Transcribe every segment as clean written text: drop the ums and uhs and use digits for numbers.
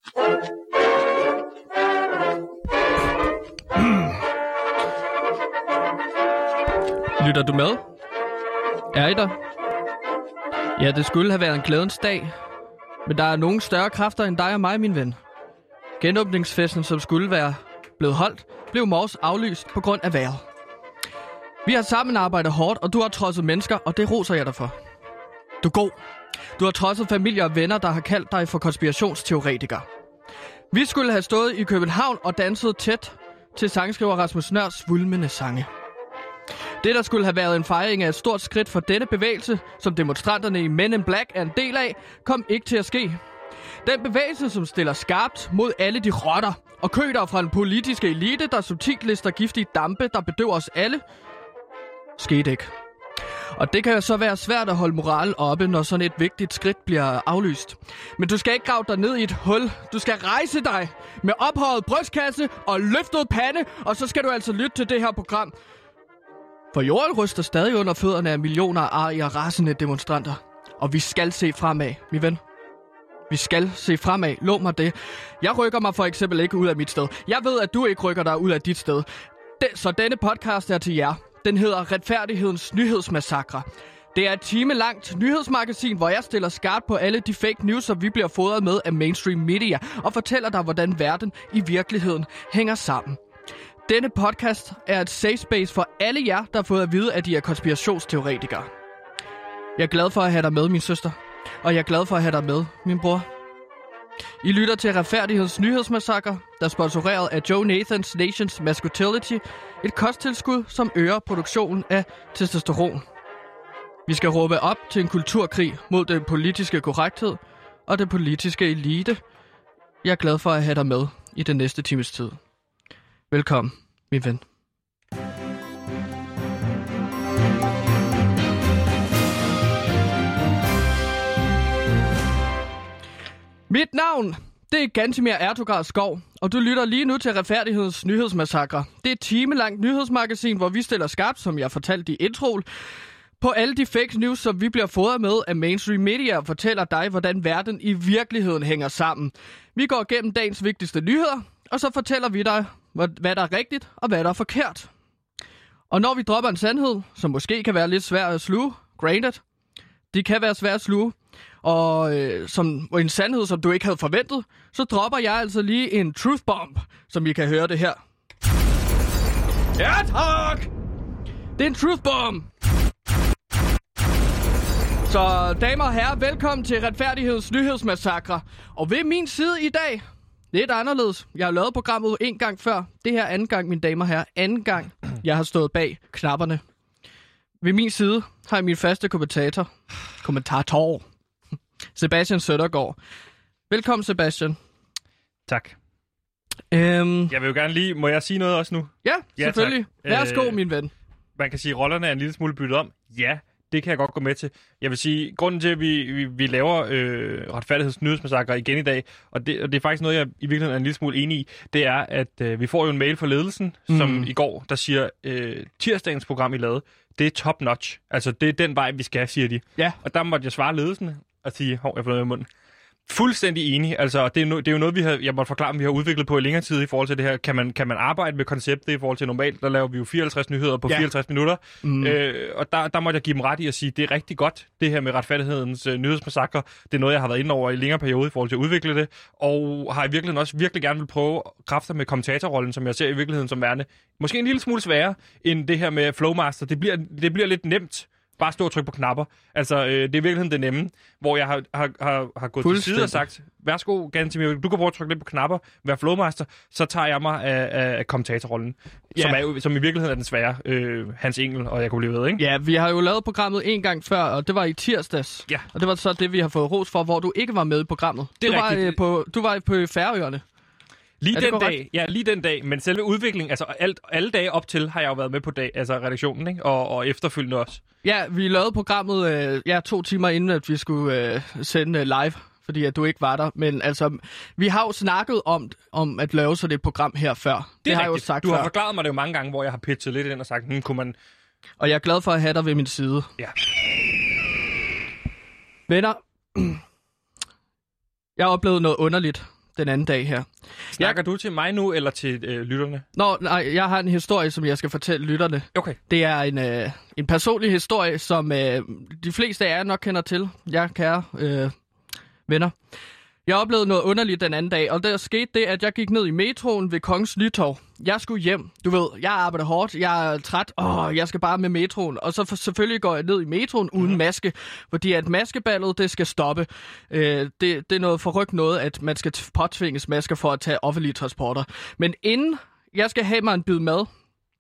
Lytter du med? Er I der? Ja, det skulle have været en glædens dag. Men der er nogle større kræfter end dig og mig, min ven. Genåbningsfesten, som skulle være blevet holdt, blev morges aflyst på grund af vejret. Vi har sammen arbejdet hårdt, og du har trodset mennesker, og det roser jeg dig for. Du er god. Du har trodset familier og venner, der har kaldt dig for konspirationsteoretiker. Vi skulle have stået i København og danset tæt til sangskriver Rasmus Nørs svulmende sange. Det, der skulle have været en fejring af et stort skridt for denne bevægelse, som demonstranterne i Men in Black er en del af, kom ikke til at ske. Den bevægelse, som stiller skarpt mod alle de rotter og køder fra den politiske elite, der subtilt lister giftige dampe, der bedøver os alle, skete ikke. Og det kan jo så være svært at holde moralen oppe, når sådan et vigtigt skridt bliver aflyst. Men du skal ikke grave dig ned i et hul. Du skal rejse dig med ophøjet brystkasse og løftet pande, og så skal du altså lytte til det her program. For jorden ryster stadig under fødderne af millioner af arige og rasende demonstranter. Og vi skal se fremad, min ven. Vi skal se fremad. Lov mig det. Jeg rykker mig for eksempel ikke ud af mit sted. Jeg ved, at du ikke rykker dig ud af dit sted. Så denne podcast er til jer. Den hedder Retfærdighedens Nyhedsmassakre. Det er et timelangt nyhedsmagasin, hvor jeg stiller skarpt på alle de fake news, som vi bliver fodret med af mainstream media, og fortæller dig, hvordan verden i virkeligheden hænger sammen. Denne podcast er et safe space for alle jer, der har fået at vide, at de er konspirationsteoretikere. Jeg er glad for at have dig med, min søster. Og jeg er glad for at have dig med, min bror. I lytter til Retfærdighedens Nyhedsmassakre, der er sponsoreret af Joe Nathans Nations Masculinity, et kosttilskud, som øger produktionen af testosteron. Vi skal råbe op til en kulturkrig mod den politiske korrekthed og den politiske elite. Jeg er glad for at have dig med i den næste times tid. Velkommen, min ven. Mit navn, det er Gantemir Ertugard Skov, og du lytter lige nu til Retfærdighedens Nyhedsmassakre. Det er et timelangt nyhedsmagasin, hvor vi stiller skarpt, som jeg fortalte i introen, på alle de fake news, som vi bliver fodret med af mainstream media og fortæller dig, hvordan verden i virkeligheden hænger sammen. Vi går igennem dagens vigtigste nyheder, og så fortæller vi dig, hvad der er rigtigt og hvad der er forkert. Og når vi dropper en sandhed, som måske kan være lidt svær at sluge, granted, de kan være svært at sluge, og en sandhed, som du ikke havde forventet, så dropper jeg altså lige en truth bomb, som I kan høre det her. Ja, tak! Det er en truth bomb! Så damer og herrer, velkommen til Retfærdighedens Nyhedsmassakre. Og ved min side i dag, lidt anderledes. Jeg har lavet programmet en gang før. Det her anden gang, mine damer og herrer. Anden gang, jeg har stået bag knapperne. Ved min side har jeg min faste kommentator, Sebastian Søndergaard. Velkommen, Sebastian. Tak. Jeg vil jo gerne lige... Må jeg sige noget også nu? Ja, selvfølgelig. Værsgo, min ven. Man kan sige, at rollerne er en lille smule byttet om. Ja, det kan jeg godt gå med til. Jeg vil sige, grunden til, at vi laver Retfærdighedens Nyhedsmassakre igen i dag, og det er faktisk noget, jeg i virkeligheden er en lille smule enig i, det er, at vi får jo en mail fra ledelsen, som i går, der siger, tirsdagens program, I lavede, det er top notch. Altså, det er den vej, vi skal, siger de. Ja. Og der måtte jeg svare ledelsen og sige, jeg får noget i munden. Fuldstændig enig. Altså, det er jo noget, jeg måtte forklare, vi har udviklet på i længere tid i forhold til det her. Kan man arbejde med konceptet i forhold til normalt? Der laver vi jo 54 nyheder på 54 minutter. Og der måtte jeg give dem ret i at sige, det er rigtig godt, det her med Retfærdighedens Nyhedsmassakre. Det er noget, jeg har været inde over i længere periode i forhold til at udvikle det. Og har i virkeligheden også virkelig gerne vil prøve kræfter med kommentatorrollen, som jeg ser i virkeligheden som værende. Måske en lille smule sværere end det her med Flowmaster. Det bliver lidt nemt. Bare stå og trykke på knapper. Altså, det er i virkeligheden det nemme, hvor jeg har gået til side og sagt, værsgo, Gantemir, du kan prøve at trykke lidt på knapper, vær flowmaster, så tager jeg mig af kommentatorrollen, som i virkeligheden er den svære, Hans Engel, og jeg kunne blive ved, ikke? Ja, vi har jo lavet programmet en gang før, og det var i tirsdags. Ja. Og det var så det, vi har fået ros for, hvor du ikke var med i programmet. Du var på Færøerne. Lige den dag, men selve udviklingen, altså alle dage op til, har jeg jo været med på redaktionen, ikke? Og efterfølgende også. Ja, vi lavede programmet 2 timer inden, at vi skulle sende live, fordi at du ikke var der. Men altså, vi har jo snakket om at lave sådan et program her før. Det har jeg jo sagt før. Du har forklaret mig det jo mange gange, hvor jeg har pitchet lidt ind og sagt, kunne man... Og jeg er glad for at have dig ved min side. Ja. Venner, jeg har oplevet noget underligt den anden dag her. Snakker du til mig nu, eller til lytterne? Nej, jeg har en historie, som jeg skal fortælle lytterne. Okay. Det er en personlig historie, som de fleste af jer nok kender til. Jeg kære venner. Jeg oplevede noget underligt den anden dag, og der skete det, at jeg gik ned i metroen ved Kongens Nytorv. Jeg skulle hjem. Du ved, jeg arbejder hårdt, jeg er træt, jeg skal bare med metroen. Og så selvfølgelig går jeg ned i metroen uden maske, fordi at maskeballet, det skal stoppe. Det er noget forrygt noget, at man skal påtvinges masker for at tage offentlige transporter. Men inden jeg skal have mig en bid mad,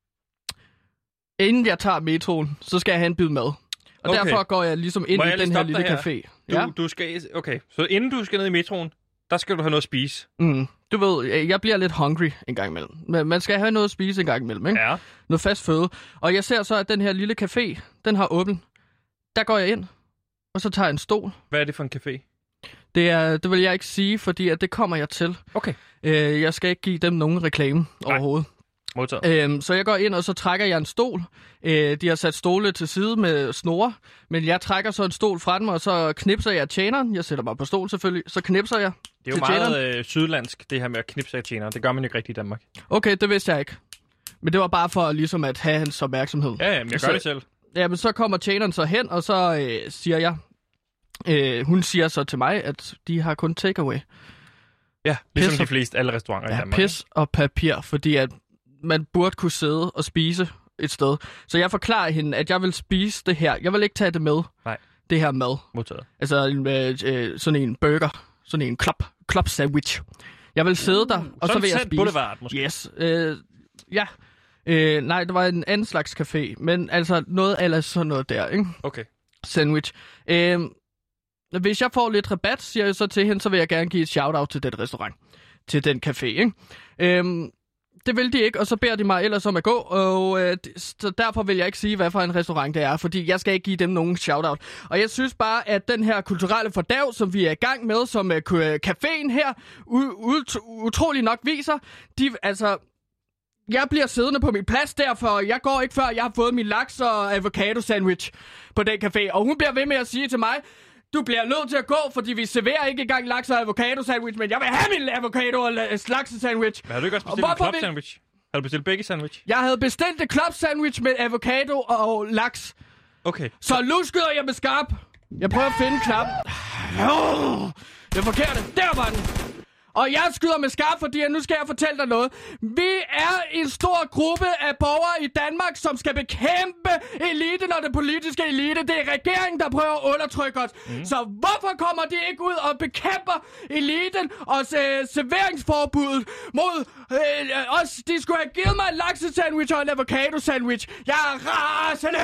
inden jeg tager metroen, så skal jeg have en bid mad. Og derfor går jeg ligesom ind i den her lille café. Du skal... Okay, så inden du skal ned i metroen, der skal du have noget at spise. Du ved, jeg bliver lidt hungry en gang imellem. Men man skal have noget at spise en gang imellem, ikke? Ja. Noget fast føde. Og jeg ser så, at den her lille café, den har åben. Der går jeg ind, og så tager jeg en stol. Hvad er det for en café? Det vil jeg ikke sige, fordi at det kommer jeg til. Okay. Jeg skal ikke give dem nogen reklame overhovedet. Så jeg går ind, og så trækker jeg en stol. De har sat stole til side med snore, men jeg trækker så en stol fra dem, og så knipser jeg tjeneren. Jeg sætter mig på stol selvfølgelig, så knipser jeg. Det er jo meget sydlandsk, det her med at knipse af tjeneren. Det gør man ikke rigtigt i Danmark. Okay, det vidste jeg ikke. Men det var bare for ligesom at have hans opmærksomhed. Ja, men jeg gør det selv. Ja, men så kommer tjeneren så hen, og så siger jeg... hun siger så til mig, at de har kun takeaway. Ja, ligesom de fleste alle restauranter i Danmark. Pis og papir, fordi at man burde kunne sidde og spise et sted. Så jeg forklarer hende, at jeg vil spise det her. Jeg vil ikke tage det med. Nej. Det her mad. Modtaget. Altså sådan en burger. Sådan en club sandwich. Jeg vil sidde der, og så vil jeg spise. Boulevard, måske. Yes. Ja. Nej, det var en anden slags café. Men altså noget eller sådan noget der, ikke? Okay. Sandwich. Hvis jeg får lidt rabat, siger jeg så til hende, så vil jeg gerne give et shout-out til den restaurant. Til den café, ikke? Det vil de ikke, og så beder de mig ellers om at gå, og så derfor vil jeg ikke sige, hvad for en restaurant det er, fordi jeg skal ikke give dem nogen shout-out. Og jeg synes bare, at den her kulturelle fordav, som vi er i gang med, som caféen her, utrolig nok viser, jeg bliver siddende på min plads derfor, jeg går ikke før jeg har fået min laks og avocado sandwich på den café, og hun bliver ved med at sige til mig, du bliver nødt til at gå, fordi vi serverer ikke engang laks og avocado sandwich, men jeg vil have min avocado og laks sandwich. Men har du ikke også bestilt en club sandwich? Har du bestilt begge sandwich? Jeg havde bestilt et club sandwich med avocado og laks. Okay. Så nu skyder jeg med skarp. Jeg prøver at finde knappen. Det er forkert. Der var den. Og jeg skyder med skarp, fordi nu skal jeg fortælle dig noget. Vi er en stor gruppe af borgere i Danmark, som skal bekæmpe eliten og det politiske elite. Det er regeringen, der prøver at undertrykke os. Så hvorfor kommer de ikke ud og bekæmper eliten og serveringsforbuddet mod os? De skulle have givet mig en laksesandwich og en avocado sandwich. Jeg er rasende!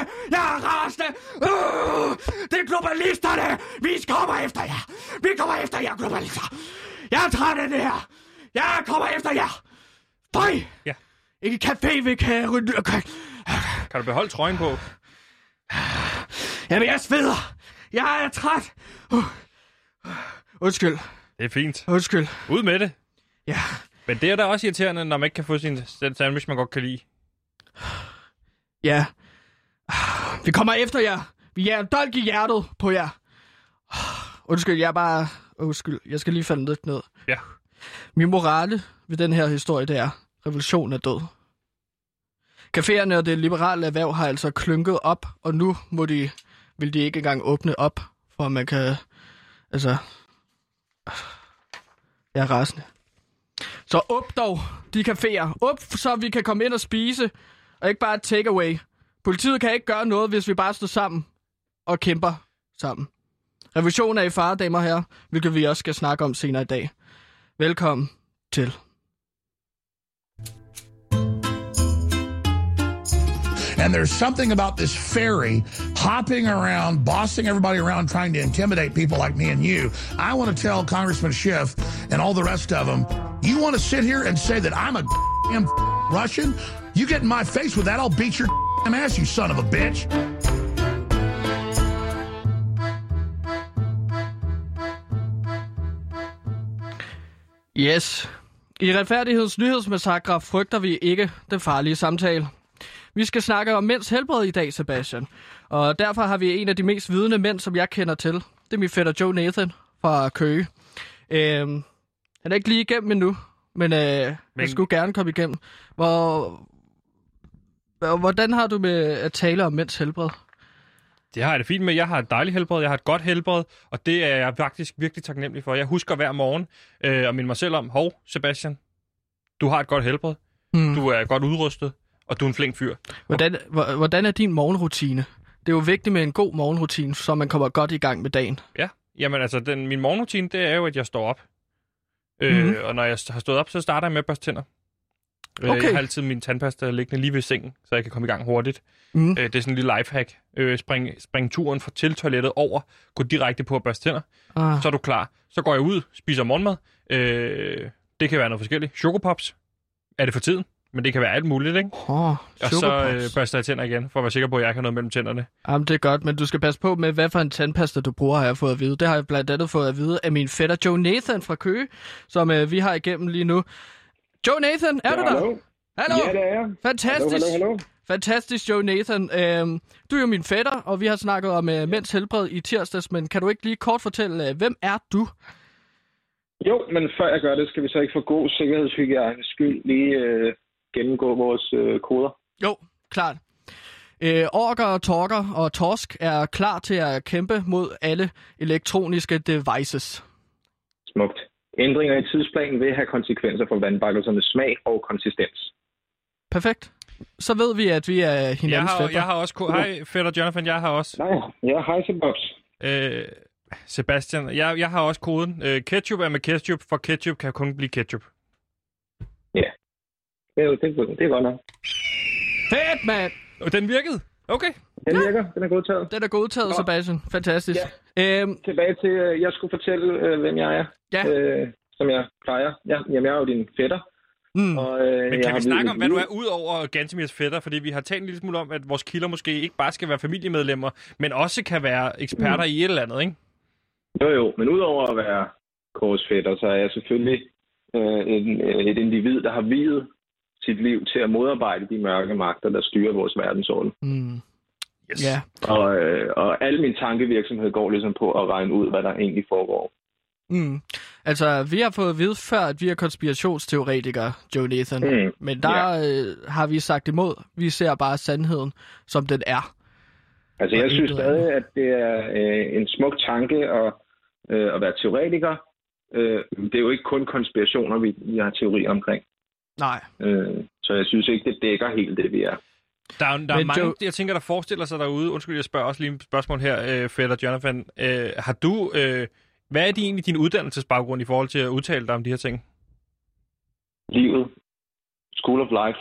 Det er globalisterne! Vi kommer efter jer! Vi kommer efter jer, globalister! Jeg er træt af det her. Jeg kommer efter jer. Føj! Ja. Ikke café, vi kan... Kan du beholde trøjen på? Jamen, jeg sveder. Jeg er træt. Undskyld. Det er fint. Undskyld. Ud med det. Ja. Men det er da også irriterende, når man ikke kan få sin sandwich, man godt kan lide. Ja. Vi kommer efter jer. Vi er en dolk i hjertet på jer. Undskyld, jeg skal lige falde lidt ned. Ja. Min morale ved den her historie, det er, revolutionen er død. Caféerne og det liberale erhverv har altså klynket op, og nu vil de ikke engang åbne op, for at man kan... Altså... Jeg er rasende. Så åbn dog de caféer. Åbn, så vi kan komme ind og spise, og ikke bare take away. Politiet kan ikke gøre noget, hvis vi bare står sammen og kæmper sammen. Revolutionen er i fare, damer og herrer, hvilket vi også skal snakke om senere i dag. Velkommen til. And there's something about this fairy hopping around, bossing everybody around, trying to intimidate people like me and you. I want to tell Congressman Schiff and all the rest of them, you want to sit here and say that I'm a Russian? You get in my face with that, I'll beat your ass, you son of a bitch. Yes. I Retfærdigheds Nyhedsmassakre frygter vi ikke den farlige samtale. Vi skal snakke om mænds helbred i dag, Sebastian. Og derfor har vi en af de mest vidende mænd, som jeg kender til. Det er min fætter Joe Nathan fra Køge. Han er ikke lige igennem endnu, men han skulle gerne komme igennem. Hvordan har du med at tale om mænds helbred? Det har jeg det fint med. Jeg har et dejligt helbred, jeg har et godt helbred, og det er jeg faktisk virkelig taknemmelig for. Jeg husker hver morgen at minde mig selv om, Sebastian, du har et godt helbred, du er godt udrustet, og du er en flink fyr. Hvordan er din morgenrutine? Det er jo vigtigt med en god morgenrutine, så man kommer godt i gang med dagen. Ja, jamen altså, min morgenrutine, det er jo, at jeg står op. Og når jeg har stået op, så starter jeg med at børste tænder. Okay. Jeg har altid min tandpasta liggende lige ved sengen, så jeg kan komme i gang hurtigt. Det er sådan en lille lifehack. Spring turen til toilettet over, gå direkte på at børste tænder. Så er du klar. Så går jeg ud, spiser morgenmad. Det kan være noget forskelligt. Chokopops er det for tiden, men det kan være alt muligt, ikke? Og så børster jeg tænder igen, for at være sikker på, at jeg ikke har noget mellem tænderne. Jamen, det er godt, men du skal passe på med, hvad for en tandpasta du bruger, har jeg fået at vide. Det har jeg blandt andet fået at vide af min fætter Joe Nathan fra Køge, som vi har igennem lige nu. Joe Nathan, er du der? Hallo? Ja, det er jeg. Fantastisk. Hallo. Fantastisk, Joe Nathan. Du er jo min fætter, og vi har snakket om mænds helbred i tirsdags, men kan du ikke lige kort fortælle, hvem er du? Jo, men før jeg gør det, skal vi så ikke for god sikkerhedshygiejnes skyld lige gennemgå vores koder? Jo, klart. Orker, torker og torsk er klar til at kæmpe mod alle elektroniske devices. Smukt. Ændringer i tidsplanen vil have konsekvenser for vandbakkelsernes smag og konsistens. Perfekt. Så ved vi, at vi er hinandens fætter. Jeg har også... Hej, fætter Jonathan, jeg har også... Hej, Sebastian, jeg har også koden. Ketchup er med ketchup, for ketchup kan kun blive ketchup. Ja. Det er godt nok. Fedt, mand! Den virkede? Okay. Den virker. Den er godtaget. Den er godtaget, Sebastian. Fantastisk. Ja. Tilbage til, jeg skulle fortælle, hvem jeg er. Ja. Som jeg plejer. Jamen, jeg er jo din fætter. Og, men kan vi snakke om, hvad du er, ud over Gantemirs fætter? Fordi vi har talt en lille smule om, at vores kilder måske ikke bare skal være familiemedlemmer, men også kan være eksperter i et eller andet, ikke? Jo, men udover at være Kåres fætter, så er jeg selvfølgelig et individ, der har viet sit liv til at modarbejde de mørke magter, der styrer vores verdensorden. Yes. Yeah. Og al min tankevirksomhed går ligesom på at regne ud, hvad der egentlig foregår. Altså, vi har fået at vide før, at vi er konspirationsteoretikere, Joe Nathan. Men der har vi sagt imod. Vi ser bare sandheden, som den er. Altså, jeg synes stadig, at det er en smuk tanke at være teoretiker. Det er jo ikke kun konspirationer, vi har teorier omkring. Nej. Så jeg synes ikke, det dækker helt det, vi er. Der er mange, jeg tænker, der forestiller sig derude. Undskyld, jeg spørger også lige et spørgsmål her, fætter Jonathan. Har du... hvad er egentlig din uddannelsesbaggrund i forhold til at udtale dig om de her ting? Livet. School of Life.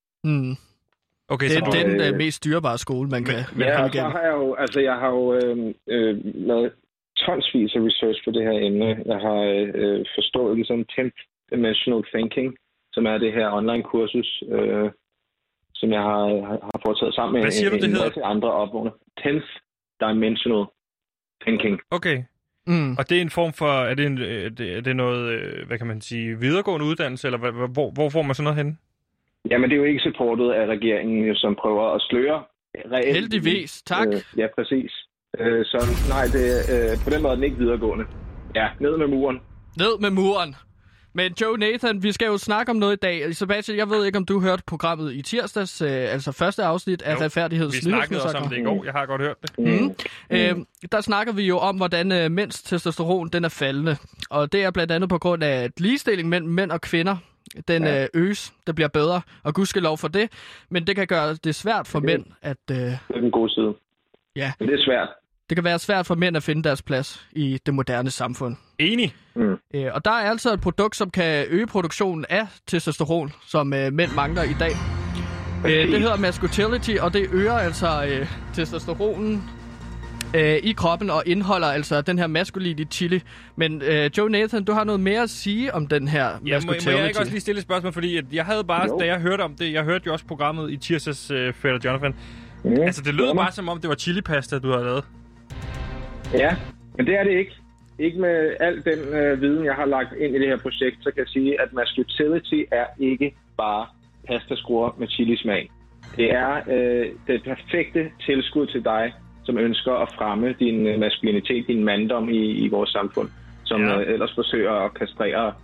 Okay, det er den mest styrbare skole, man kan komme igennem. Så har jeg jo lavet tonsvis af research på det her emne. Jeg har forstået ligesom 10th Dimensional Thinking, som er det her online-kursus, som jeg har foretaget sammen med en masse andre opvågner. 10th Dimensional Thinking. Okay. Og det er en form for, er det noget, hvad kan man sige, videregående uddannelse, eller hvor får man sådan noget henne? Jamen, det er jo ikke supportet af regeringen, som prøver at sløre. Heldigvis, tak. Ja, præcis. Så nej, på den måde er den ikke videregående. Ja, ned med muren. Ned med muren. Men Joe Nathan, vi skal jo snakke om noget i dag. Sebastian, jeg ved ikke, om du hørte programmet i tirsdags, altså første afsnit af Retfærdigheds Nyhedsmassakre. Vi snakkede også om det i går. Jeg har godt hørt det. Der snakker vi jo om, hvordan mænds testosteron den er faldende. Og det er blandt andet på grund af, at ligestilling mellem mænd og kvinder, den øges. Det bliver bedre, og gudskelov for det. Men det kan gøre det svært for mænd at... Det er den gode side. Ja. Men det er svært. Det kan være svært for mænd at finde deres plads i det moderne samfund. Enig. Og der er altså et produkt, som kan øge produktionen af testosteron, som mænd mangler i dag. Det hedder Masculinity, og det øger altså testosteronen i kroppen og indeholder altså den her maskuline chili. Men Joe Nathan, du har noget mere at sige om den her Masculinity. Må jeg ikke også lige stille et spørgsmål, fordi at jeg havde bare, da jeg hørte om det, jeg hørte jo også programmet i tirsdags, fætter Jonathan. Altså, det lød bare som om, det var chilipasta, du havde lavet. Ja, men det er det ikke. Ikke med al den viden, jeg har lagt ind i det her projekt, så kan jeg sige, at Masculinity er ikke bare pastaskruer med chilismag. Det er det perfekte tilskud til dig, som ønsker at fremme din maskulinitet, din manddom i vores samfund, som ellers forsøger at kastrere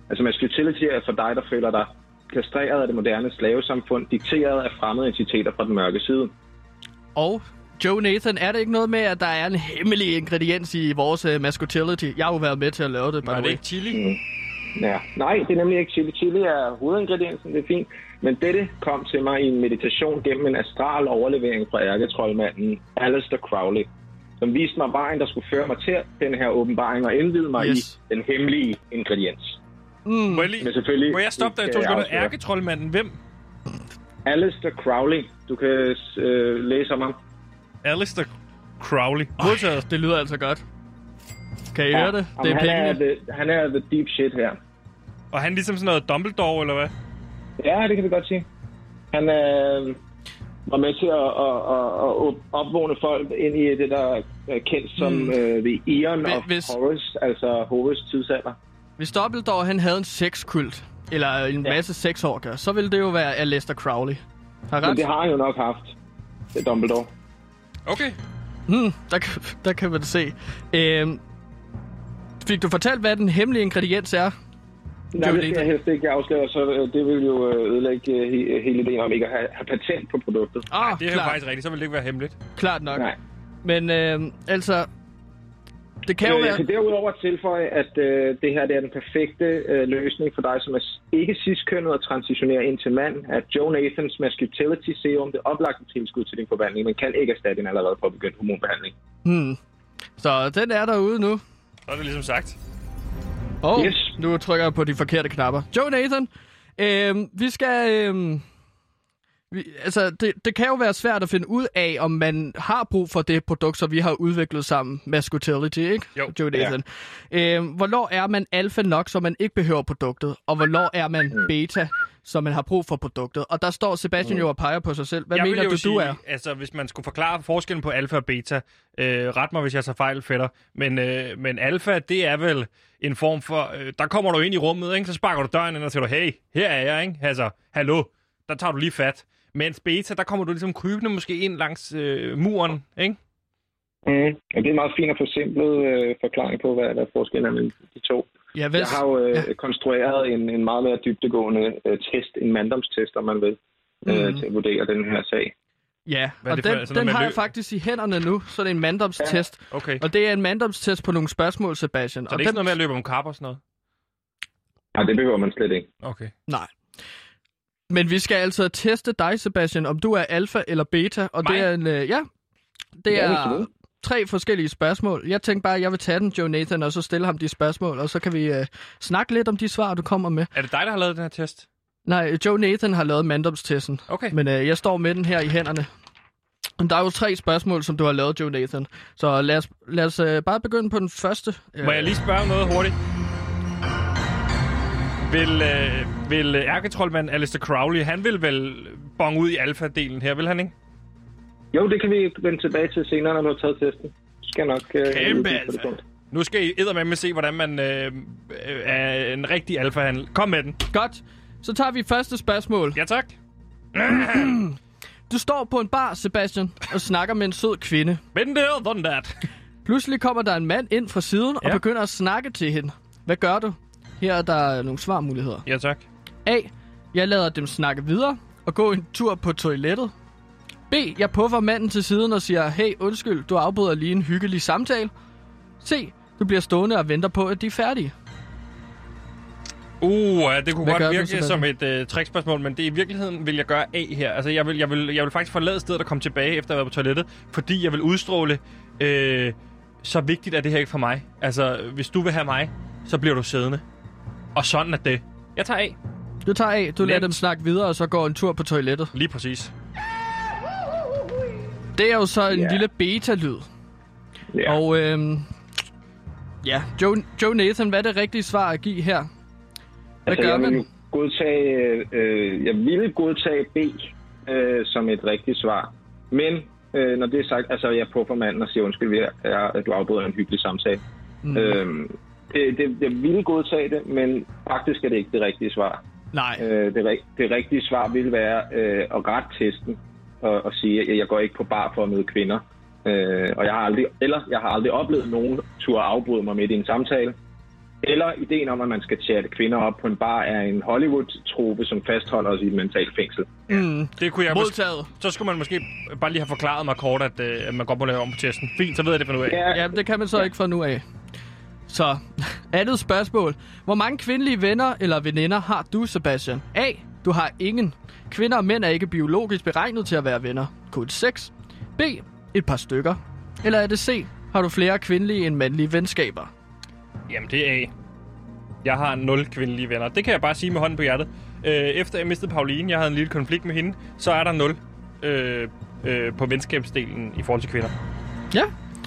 Altså masculinity er for dig, der føler dig kastreret af det moderne slavesamfund, dikteret af fremmede entiteter fra den mørke side. Og Joe Nathan, er det ikke noget med, at der er en hemmelig ingrediens i vores masculinity? Jeg har jo været med til at lave det, by the way. Er det ikke chili? Ja. Nej, det er nemlig ikke chili. Chili er hovedingrediensen, det er fint. Men dette kom til mig i en meditation gennem en astral overlevering fra ærketroldmanden Aleister Crowley, som viste mig vejen, der skulle føre mig til den her åbenbaring og indvide mig i den hemmelige ingrediens. Må jeg stoppe dig 2 sekunder? Ærketroldmanden, hvem? Aleister Crowley. Du kan læse om ham. Aleister Crowley. Modtaget. Det lyder altså godt. Kan I høre det? Det er pengene. Han er the deep shit her. Og han er ligesom sådan noget Dumbledore, eller hvad? Ja, det kan vi godt sige. Han var med til at opvågne folk ind i det, der er kendt som The Eon of Horus, altså Horus tidsalder. Hvis Dumbledore han havde en sexkult, eller en masse sexorker, så ville det jo være Aleister Crowley. Men det har han jo nok haft, det Dumbledore. Okay. Der kan man se. Fik du fortalt, hvad den hemmelige ingrediens er? Nej, det skal jeg helst ikke afsløre, så det vil jo ødelægge hele ideen om ikke at have patent på produktet. Det er jo faktisk rigtigt, så vil det ikke være hemmeligt. Klart nok. Nej. Men altså, det kan jo være... Jeg kan derudover tilføje, at det her det er den perfekte løsning for dig, som er ikke cis-kønnet og transitionerer ind til mand, at Joe Nathans masculinity serum det oplagte tilskud til din forvandling, men kan ikke erstatte en allerede påbegyndt hormonbehandling. Så den er derude nu. Så er det ligesom sagt. Yes. Nu trykker jeg på de forkerte knapper. Joe Nathan, vi skal... det kan jo være svært at finde ud af, om man har brug for det produkt, som vi har udviklet sammen, masculinity, ikke? Jo. Joe Nathan. Ja. Hvornår er man alfa nok, så man ikke behøver produktet? Og hvornår er man beta, så man har brug for produktet? Og der står Sebastian jo og peger på sig selv. Hvad mener du er? Altså, hvis man skulle forklare forskellen på alfa og beta, ret mig, hvis jeg tager fejl, fætter. Men alfa, det er vel en form for... der kommer du ind i rummet, ikke? Så sparker du døren ind og siger, hey, her er jeg, ikke? Altså, hallo, der tager du lige fat. Mens beta, der kommer du ligesom krybende måske ind langs muren, ikke? Og det er en meget fin og forsimplet forklaring på, hvad der er forskellen mellem de to. Ja, jeg har jo konstrueret en meget mere dybdegående test, en manddomstest, om man vil, til at vurdere den her sag. Ja, og den har jeg faktisk i hænderne nu, så det er en manddomstest. Ja, okay. Og det er en manddomstest på nogle spørgsmål, Sebastian. Så det er ikke noget med at løbe om kap og sådan noget? Nej, det behøver man slet ikke. Okay. Nej. Men vi skal altså teste dig, Sebastian, om du er alfa eller beta. Og det er en... det er 3 forskellige spørgsmål. Jeg tænkte bare, at jeg vil tage den, Joe Nathan, og så stille ham de spørgsmål, og så kan vi snakke lidt om de svar, du kommer med. Er det dig, der har lavet den her test? Nej, Joe Nathan har lavet manddomstesten. Okay. Men jeg står med den her i hænderne. Der er jo 3 spørgsmål, som du har lavet, Joe Nathan. Så lad os bare begynde på den første. Må jeg lige spørge noget hurtigt? Vil ærketroldmand Aleister Crowley, han vil vel bonge ud i alfa-delen her, vil han ikke? Jo, det kan vi vende tilbage til senere, når du har taget testen. Skal nok... Kæmpe alfa. Nu skal I eddermame se, hvordan man er en rigtig alfa-handel. Kom med den. Godt. Så tager vi første spørgsmål. Ja, tak. Du står på en bar, Sebastian, og snakker med en sød kvinde. Been there, done that. Pludselig kommer der en mand ind fra siden og begynder at snakke til hende. Hvad gør du? Her er der nogle svarmuligheder. Ja, tak. A. Jeg lader dem snakke videre og gå en tur på toilettet. B. Jeg puffer manden til siden og siger, hey, undskyld, du afbryder lige en hyggelig samtale. C. Du bliver stående og venter på, at de er færdige. Det kunne godt virke som et trickspørgsmål, men det i virkeligheden vil jeg gøre A her. Altså, jeg vil faktisk forlade stedet og komme tilbage efter at have været på toilettet, fordi jeg vil udstråle, så vigtigt er det her ikke for mig. Altså, hvis du vil have mig, så bliver du siddende. Og sådan er det. Jeg tager A. Du tager A. Du lader dem snakke videre, og så går en tur på toilettet. Lige præcis. Det er jo så en lille beta-lyd. Yeah. Og Joe Nathan, hvad er det rigtige svar at give her? Hvad gør man? Jeg ville godtage B som et rigtigt svar. Men når det er sagt, altså jeg puffer manden og siger undskyld, at du afbryder en hyggelig samtale. Jeg ville godtage det, men faktisk er det ikke det rigtige svar. Nej. Det rigtige svar ville være at rette testen og sige, at jeg går ikke på bar for at møde kvinder. Og jeg har aldrig oplevet nogen tur afbryde mig midt i en samtale. Eller ideen om, at man skal chatte kvinder op på en bar, er en Hollywood-trope, som fastholder os i et mentalt fængsel. Det kunne jeg Modtaget. Så skulle man måske bare lige have forklaret mig kort, at man godt må lave om på testen. Fint, så ved jeg det fra nu af. Ja, det kan man så ikke fra nu af. Så, andet spørgsmål. Hvor mange kvindelige venner eller veninder har du, Sebastian? A. Du har ingen. Kvinder og mænd er ikke biologisk beregnet til at være venner. Kun 6. B. Et par stykker. Eller er det C. Har du flere kvindelige end mandlige venskaber? Jamen, det er A. Jeg har 0 kvindelige venner. Det kan jeg bare sige med hånden på hjertet. Efter jeg mistede Pauline, jeg havde en lille konflikt med hende, så er der 0 på venskabsdelen i forhold til kvinder. Ja.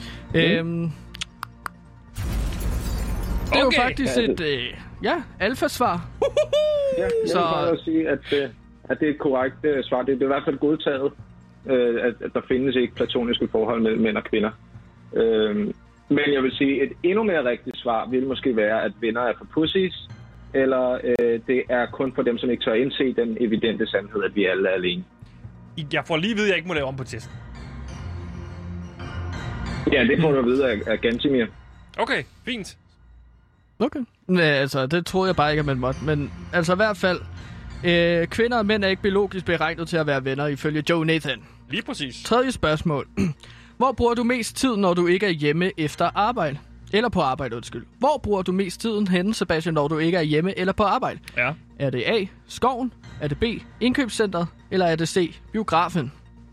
Det er jo faktisk et alfa-svar. Ja, jeg vil bare sige, at det er et korrekt svar. Det er i hvert fald godtaget, at der findes ikke platoniske forhold mellem mænd og kvinder. Men jeg vil sige, et endnu mere rigtigt svar vil måske være, at venner er for pussies, eller det er kun for dem, som ikke tør indse den evidente sandhed, at vi alle er alene. Jeg får lige at vide, at jeg ikke må lave om på testen. Ja, det får du at vide af Gantimir. Okay, fint. Okay. Men, altså, det troede jeg bare ikke, at man måtte. Men altså i hvert fald, kvinder og mænd er ikke biologisk beregnet til at være venner, ifølge Joe Nathan. Lige præcis. Tredje spørgsmål. Hvor bruger du mest tid, når du ikke er hjemme efter arbejde? Eller på arbejde, undskyld. Hvor bruger du mest tiden henne, Sebastian, når du ikke er hjemme eller på arbejde? Ja. Er det A. Skoven? Er det B. Indkøbscentret? Eller er det C. Biografen?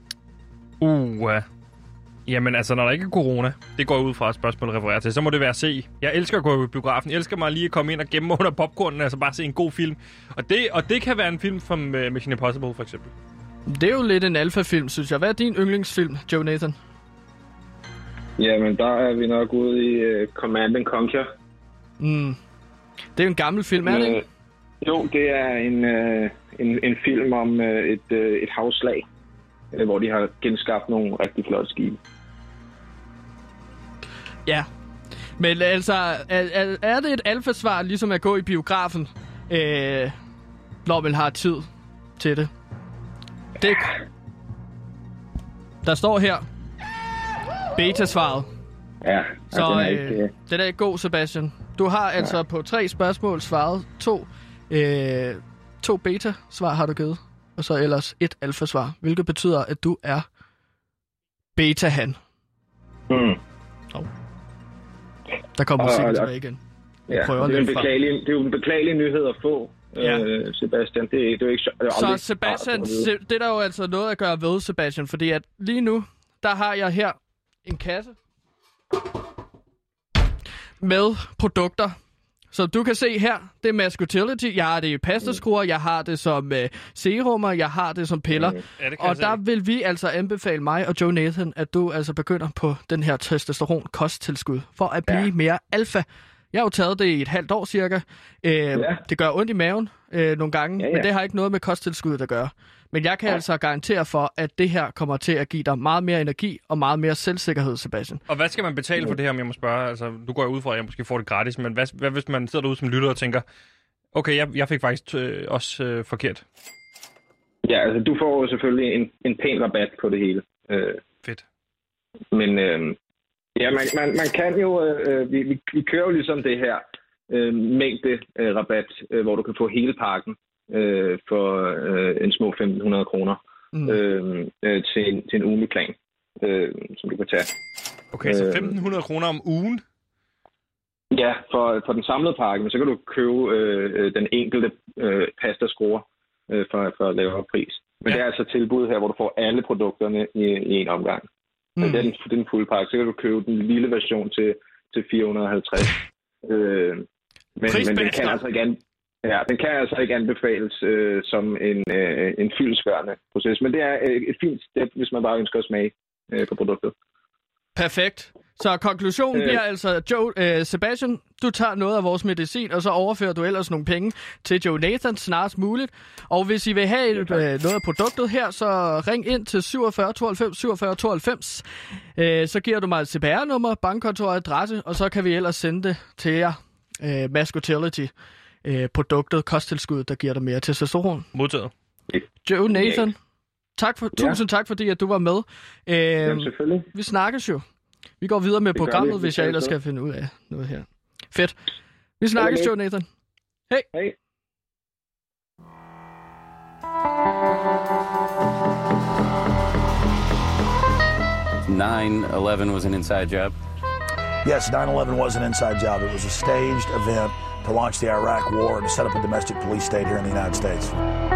Jamen altså, når der ikke er corona, det går jeg ud fra, at spørgsmålet refererer til, så må det være C. Jeg elsker at gå i biografen. Jeg elsker mig lige at komme ind og gemme mig under popcornen, altså bare se en god film. Og det kan være en film som Mission Impossible, for eksempel. Det er jo lidt en alfa-film, synes jeg. Hvad er din yndlingsfilm, Joe Nathan? Jamen, der er vi nok ude i Command & Conquer. Det er jo en gammel film, er det ikke? Jo, det er en film om et havslag, hvor de har genskabt nogle rigtig flotte skibe. Ja, men altså, er det et alfa-svar, ligesom at gå i biografen, når man har tid til det? Der står her, beta-svaret. Ja, så den er ikke god, Sebastian. Du har altså på 3 spørgsmål svaret 2 beta-svar har du givet, og så ellers 1 alfa-svar, hvilket betyder, at du er beta-han. Der kommer musikken tilbage igen. Ja, det er jo en beklagelig nyhed at få, Sebastian. Det er jo ikke så Sebastian, det er der jo altså noget at gøre ved, Sebastian, fordi at lige nu, der har jeg her en kasse med produkter. Så du kan se her, det er Mascutility. Jeg har det i pastaskruer, jeg har det som serumer, jeg har det som piller. Og der vil vi altså anbefale mig og Joe Nathan, at du altså begynder på den her testosteron-kosttilskud for at blive mere alfa. Jeg har jo taget det i et halvt år cirka. Det gør ondt i maven nogle gange, men det har ikke noget med kosttilskuddet at gøre. Men jeg kan altså garantere for, at det her kommer til at give dig meget mere energi og meget mere selvsikkerhed, Sebastian. Og hvad skal man betale for det her, om jeg må spørge? Altså, du går ud fra, at jeg måske får det gratis, men hvad hvis man sidder derude som lytter og tænker, okay, jeg fik faktisk også forkert? Ja, altså du får selvfølgelig en pæn rabat på det hele. Fedt. Men man kan jo, vi kører jo ligesom det her mængde rabat, hvor du kan få hele pakken for en små 1.500 kroner til en ugelig plan, som du kan tage. Okay, så 1.500 kroner om ugen? Ja, for den samlede pakke, men så kan du købe den enkelte pastaskruer for at lave pris. Men det er altså tilbud her, hvor du får alle produkterne i en omgang. Den fulde pakke, så kan du købe den lille version til 450. Men den kan altså ikke den kan altså ikke anbefales som en fyldestgørende proces. Men det er et fint step, hvis man bare ønsker at smage på produktet. Perfekt. Så konklusionen bliver altså, Sebastian, du tager noget af vores medicin, og så overfører du ellers nogle penge til Joe Nathan snarest muligt. Og hvis I vil have noget af produktet her, så ring ind til 47 92 47 92. Så giver du mig et CPR-nummer, bankkonto og adresse, og så kan vi ellers sende det til jer. Mascutility. Produktet, kosttilskuddet, der giver dig mere testosteron. Modtaget. Joe Nathan, tusind tak, fordi at du var med. Selvfølgelig. Vi snakkes jo. Vi går videre med programmet, hvis jeg ellers skal finde ud af noget her. Fedt. Vi snakkes, Jonathan. Hej. Hej. (9/11) was an inside job? Yes, 9/11 was an inside job. It was a staged event to launch the Iraq War and to set up a domestic police state here in the United States.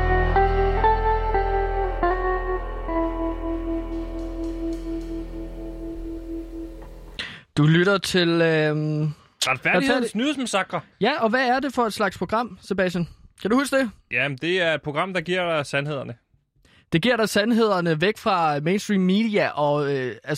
Du lytter til... Retfærdighedens nyhedsmassakre. Ja, og hvad er det for et slags program, Sebastian? Kan du huske det? Jamen, det er et program, der giver dig sandhederne. Det giver dig sandhederne væk fra mainstream media og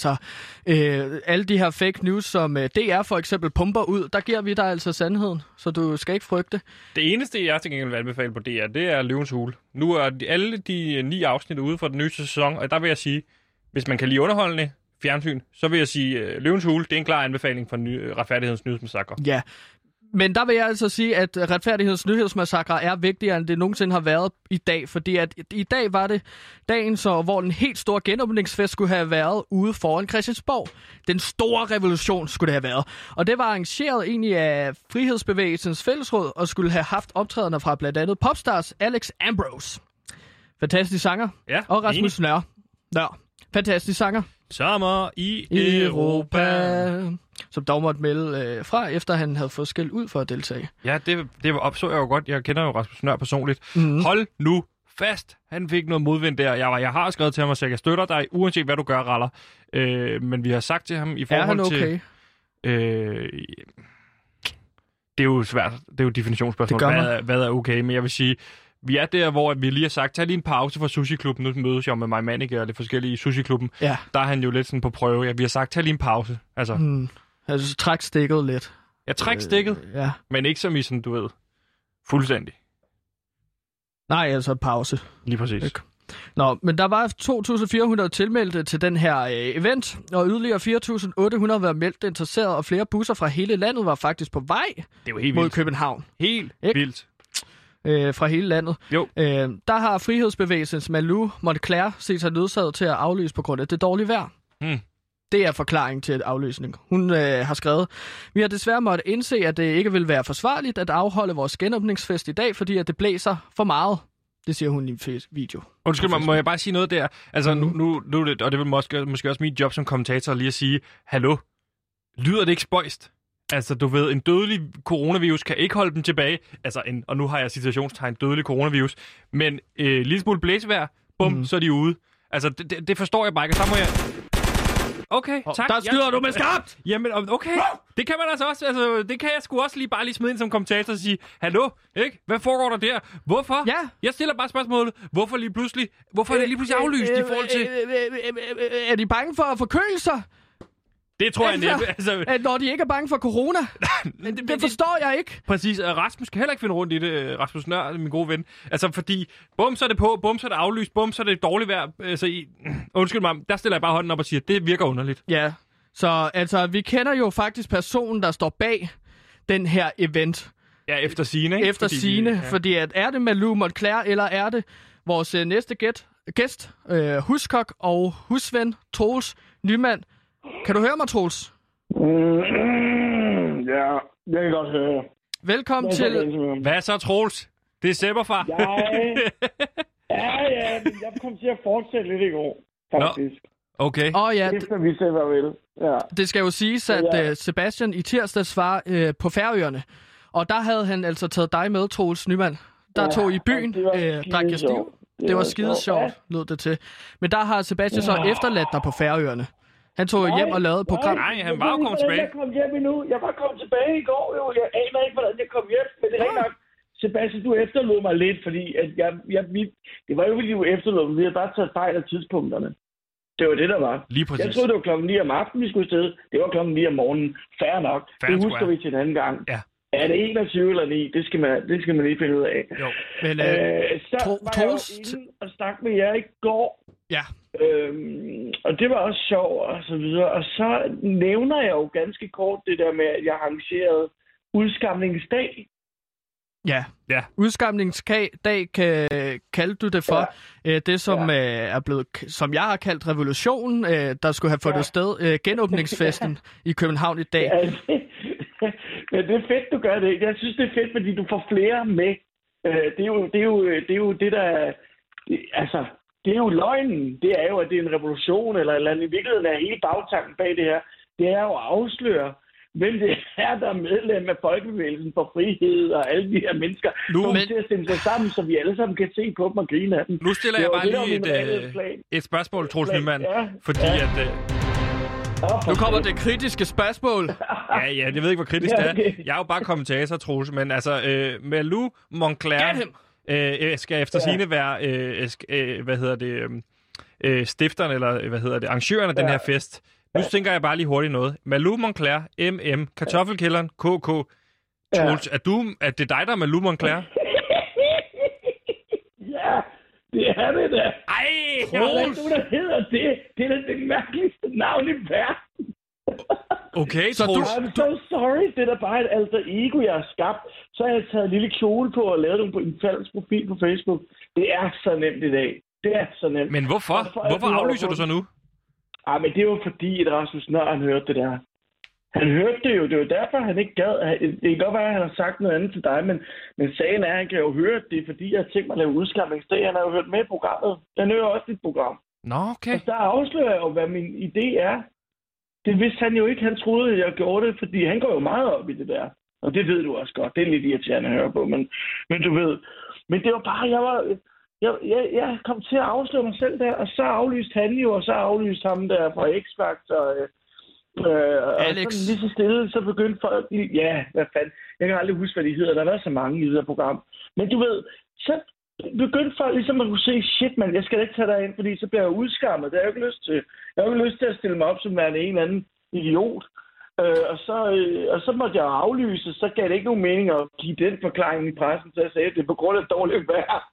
alle de her fake news, som DR for eksempel pumper ud. Der giver vi dig altså sandheden, så du skal ikke frygte. Det eneste, jeg til gengæld vil anbefale på DR, det er Løvens Hule. Nu er alle de 9 afsnit ude for den nye sæson, og der vil jeg sige, hvis man kan lide underholdende fjernsyn, så vil jeg sige, Løvens Hule, det er en klar anbefaling for Retfærdighedens nyhedsmassakre. Ja, men der vil jeg altså sige, at Retfærdighedens nyhedsmassakre er vigtigere, end det nogensinde har været i dag. Fordi at i dag var det dagen, hvor den helt store genåbningsfest skulle have været ude foran Christiansborg. Den store revolution skulle det have været. Og det var arrangeret egentlig af Frihedsbevægelsens Fællesråd, og skulle have haft optrædener fra blandt andet popstars Alex Ambrose. Fantastisk sanger. Ja, og Rasmus Nør. Fantastisk sanger. Sommer i Europa. Som dog måtte melde fra, efter han havde fået skæld ud for at deltage. Ja, det opså jeg jo godt. Jeg kender jo Rasmus Nør personligt. Mm-hmm. Hold nu fast. Han fik noget modvind der. Jeg har skrevet til ham, at jeg støtter dig, uanset hvad du gør, Raller. Men vi har sagt til ham i forhold til... Er han okay? Det er jo svært. Det er jo definitionsspørgsmål. Hvad er okay? Men jeg vil sige... Vi er der, hvor vi lige har sagt, tag lige en pause fra Sushi-klubben. Nu mødes jeg med mig, Manneke og det forskellige i Sushi-klubben. Ja. Der er han jo lidt sådan på prøve. Ja, vi har sagt, tag lige en pause. Altså, træk stikket lidt. Ja, træk stikket, men ikke som i sådan, du ved, fuldstændig. Nej, altså pause. Lige præcis. Okay. Nå, men der var 2.400 tilmeldte til den her event, og yderligere 4.800 var meldt interesseret, og flere busser fra hele landet var faktisk på vej mod København. Helt vildt. Fra hele landet. Jo. Der har Frihedsbevægelsens Malou Montclair set sig nødsaget til at aflyse på grund af det dårlige vejr. Det er forklaring til aflysning. Hun har skrevet, vi har desværre måttet indse, at det ikke vil være forsvarligt at afholde vores genåbningsfest i dag, fordi at det blæser for meget. Det siger hun i en video. Undskyld mig, må jeg bare sige noget der? Altså nu og det vil måske også mit job som kommentator lige at sige, hallo, lyder det ikke spøjst? Altså, du ved, en dødelig coronavirus kan ikke holde dem tilbage. Altså, og nu har jeg citationstegn, dødelig coronavirus. Men lille smule blæsevejr, bum, så er de ude. Altså, det forstår jeg bare ikke. Så må jeg... Okay, tak. Der skyder du med skarpt! Jamen, okay. Det kan man altså også. Altså, det kan jeg sgu også lige smide ind som kommentator og sige, hallo, ikke? Hvad foregår der der? Hvorfor? Ja. Jeg stiller bare spørgsmålet, hvorfor er det lige pludselig aflyst i forhold til... Er de bange for at forkøle sig? Det tror jeg næppe. Altså, at når de ikke er bange for corona. det forstår jeg ikke. Præcis, og Rasmus kan heller ikke finde rundt i det. Rasmus Nør, min gode ven. Altså, fordi bum, så er det på, bum, så er det aflyst, bum, så er det dårligt vejr. Altså, undskyld mig, der stiller jeg bare hånden op og siger, at det virker underligt. Ja, så altså, vi kender jo faktisk personen, der står bag den her event. Ja, efter sigende, ikke? Efter sigende, fordi at er det Malou Montclair, eller er det vores næste gæst, huskok og husven, Troels Nyman. Kan du høre mig, Troels? Ja, jeg kan godt høre. Velkommen til... Hvad så, Troels? Det er Sebberfar. Jeg kom til at fortsætte lidt i går, faktisk. Okay. Efter vi selv var vel. Ja. Det skal jo siges, at Sebastian i tirsdags var på Færøerne. Og der havde han altså taget dig med, Troels Nyman. Der tog I byen, drak jeg stiv. Det var skide sjovt, lød det til. Men der har Sebastian så efterladt dig på Færøerne. Han tog hjem og lavede program. Nej, han var jo kommet tilbage. Jeg kom hjem endnu. Jeg var kommet tilbage i går. Jo. Jeg aner ikke, hvordan jeg kom hjem. Men det er rigtig nok. Sebastian, du efterlod mig lidt, fordi at det var jo fordi, du efterlod mig. Vi havde bare taget fejl af tidspunkterne. Det var det, der var. Lige præcis. Jeg troede, det var klokken 9 om aftenen, vi skulle afsted. Det var klokken 9 om morgenen. Fair nok. Det husker vi til en anden gang. Ja. Er det 21 eller 9? Det skal man lige finde ud af. Jo. Men, så var jeg jo inde og snakke med jer i går. Ja. Og det var også sjovt og så videre. Og så nævner jeg jo ganske kort det der med, at jeg arrangerede udskamningsdag. Ja. Udskamningsdag kaldte du det for. Det, som er blevet, som jeg har kaldt revolutionen, der skulle have fundet sted. Genåbningsfesten i København i dag. Ja, det er fedt, du gør det. Jeg synes, det er fedt, fordi du får flere med. Det er jo det, der er... Altså, det er jo løgnen. Det er jo, at det er en revolution, eller andet. I virkeligheden er hele bagtanken bag det her. Det er jo at afsløre, hvem det er, der er medlem af Folkebevægelsen for frihed, og alle de her mennesker kommer til at stille sig sammen, så vi alle sammen kan se på dem og grine af dem. Nu stiller jeg bare lige et spørgsmål, Troels Nyman, fordi at... Nu kommer det kritiske spørgsmål. Ja, jeg ved ikke, hvor kritisk det er. Jeg er jo bare kommentator, Troels, men altså, Malou Moncler skal efter sigende være, stifteren, eller arrangøren af den her fest. Nu tænker jeg bare lige hurtigt noget. Malou Moncler, MM, Kartoffelkælderen, KK, Troels, er det dig, der er Malou Moncler? Ja, det er det da. Ej, Troels! Der hedder det. Det er det mærkeligste navn i verden. Okay, så Troels. I'm so sorry. Det er da bare et alter ego, jeg har skabt. Så har jeg taget en lille kjole på og lavet den på en fælles profil på Facebook. Det er så nemt i dag. Det er så nemt. Men hvorfor? Hvorfor aflyser du så nu? Men det er jo fordi, at Rasmus Nøhr, han hørte det der. Han hørte det jo. Det er jo derfor, han ikke gad. Det kan godt være, at han har sagt noget andet til dig, men sagen er, at han kan jo høre det, fordi jeg har tænkt mig at lave udskamningsdag. Han har jo hørt med i programmet. Han hører også dit program. Nå, okay. Og der afslører jeg jo, hvad min idé er. Det vidste han jo ikke. Han troede, at jeg gjorde det, fordi han går jo meget op i det der. Og det ved du også godt. Det er lidt irriterende at høre på, men du ved. Men det var bare, jeg kom til at afsløre mig selv der, og så aflyste han jo, og så aflyste ham der fra X-Factor. Alex. Og så lige så stille, så begyndte folk ja, hvad fanden. Jeg kan aldrig huske, hvad de hedder. Der har været så mange i det her program. Men du ved, så begyndte folk ligesom at kunne se, shit man, jeg skal ikke tage dig ind, fordi så bliver jeg udskammet. Det har jeg ikke lyst til. Jeg har ikke lyst til at stille mig op som en eller anden idiot. Og så måtte jeg aflyse, så gav det ikke nogen mening at give den forklaring i pressen, så jeg sagde, at det er på grund af dårligt vejr.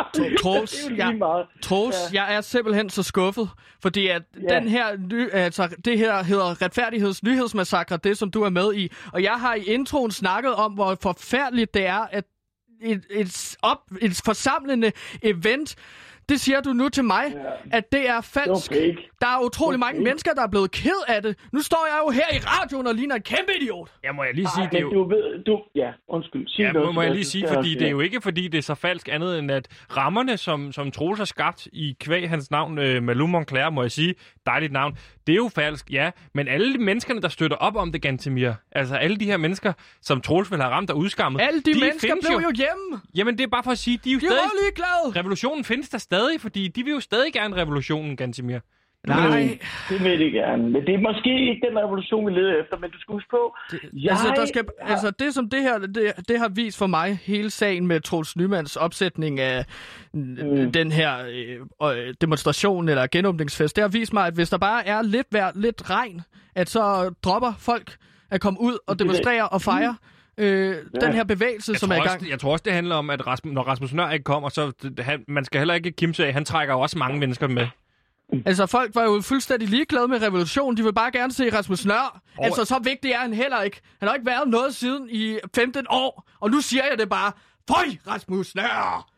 Troels, jeg er simpelthen så skuffet, fordi at den her det her hedder Retfærdighedsnyhedsmassakre, det som du er med i, og jeg har i introen snakket om, hvor forfærdeligt det er, at et forsamlende event. Det siger du nu til mig, at det er falsk. Der er utrolig mange mennesker, der er blevet ked af det. Nu står jeg jo her i radioen og ligner en kæmpe idiot. Ja, må jeg lige sige, det er jo... undskyld. Må jeg lige sige, fordi det er jo ikke, fordi det er så falsk andet, end at rammerne, som Troels har skabt i kvæg hans navn, Malou Moncler, må jeg sige, dejligt navn, det er jo falsk, ja. Men alle de menneskerne, der støtter op om det, Gantemir, altså alle de her mennesker, som Troels vil have ramt og udskammet, alle de mennesker blev jo hjemme. Jamen, det er bare for at sige, de er jo stadig ligeglade. Revolutionen findes der stadig, fordi de vil jo stadig gerne revolutionen, Gantemir. Nej, det vil de gerne. Men det er måske ikke den revolution, vi leder efter, men du skal huske på... Det som det har vist for mig, hele sagen med Troels Nymans opsætning af den her demonstration eller genåbningsfest, det har vist mig, at hvis der bare er lidt regn, at så dropper folk at komme ud og demonstrere og fejre den her bevægelse, som er i gang. Jeg tror også, det handler om, at når Rasmus Nøhr ikke kommer, så man skal heller ikke kimse af. Han trækker jo også mange mennesker med. Altså, folk var jo fuldstændig ligeglade med revolutionen. De vil bare gerne se Rasmus Nøhr. Altså, så vigtigt er han heller ikke. Han har ikke været noget siden i 15 år. Og nu siger jeg det bare. Føj, Rasmus Nøhr!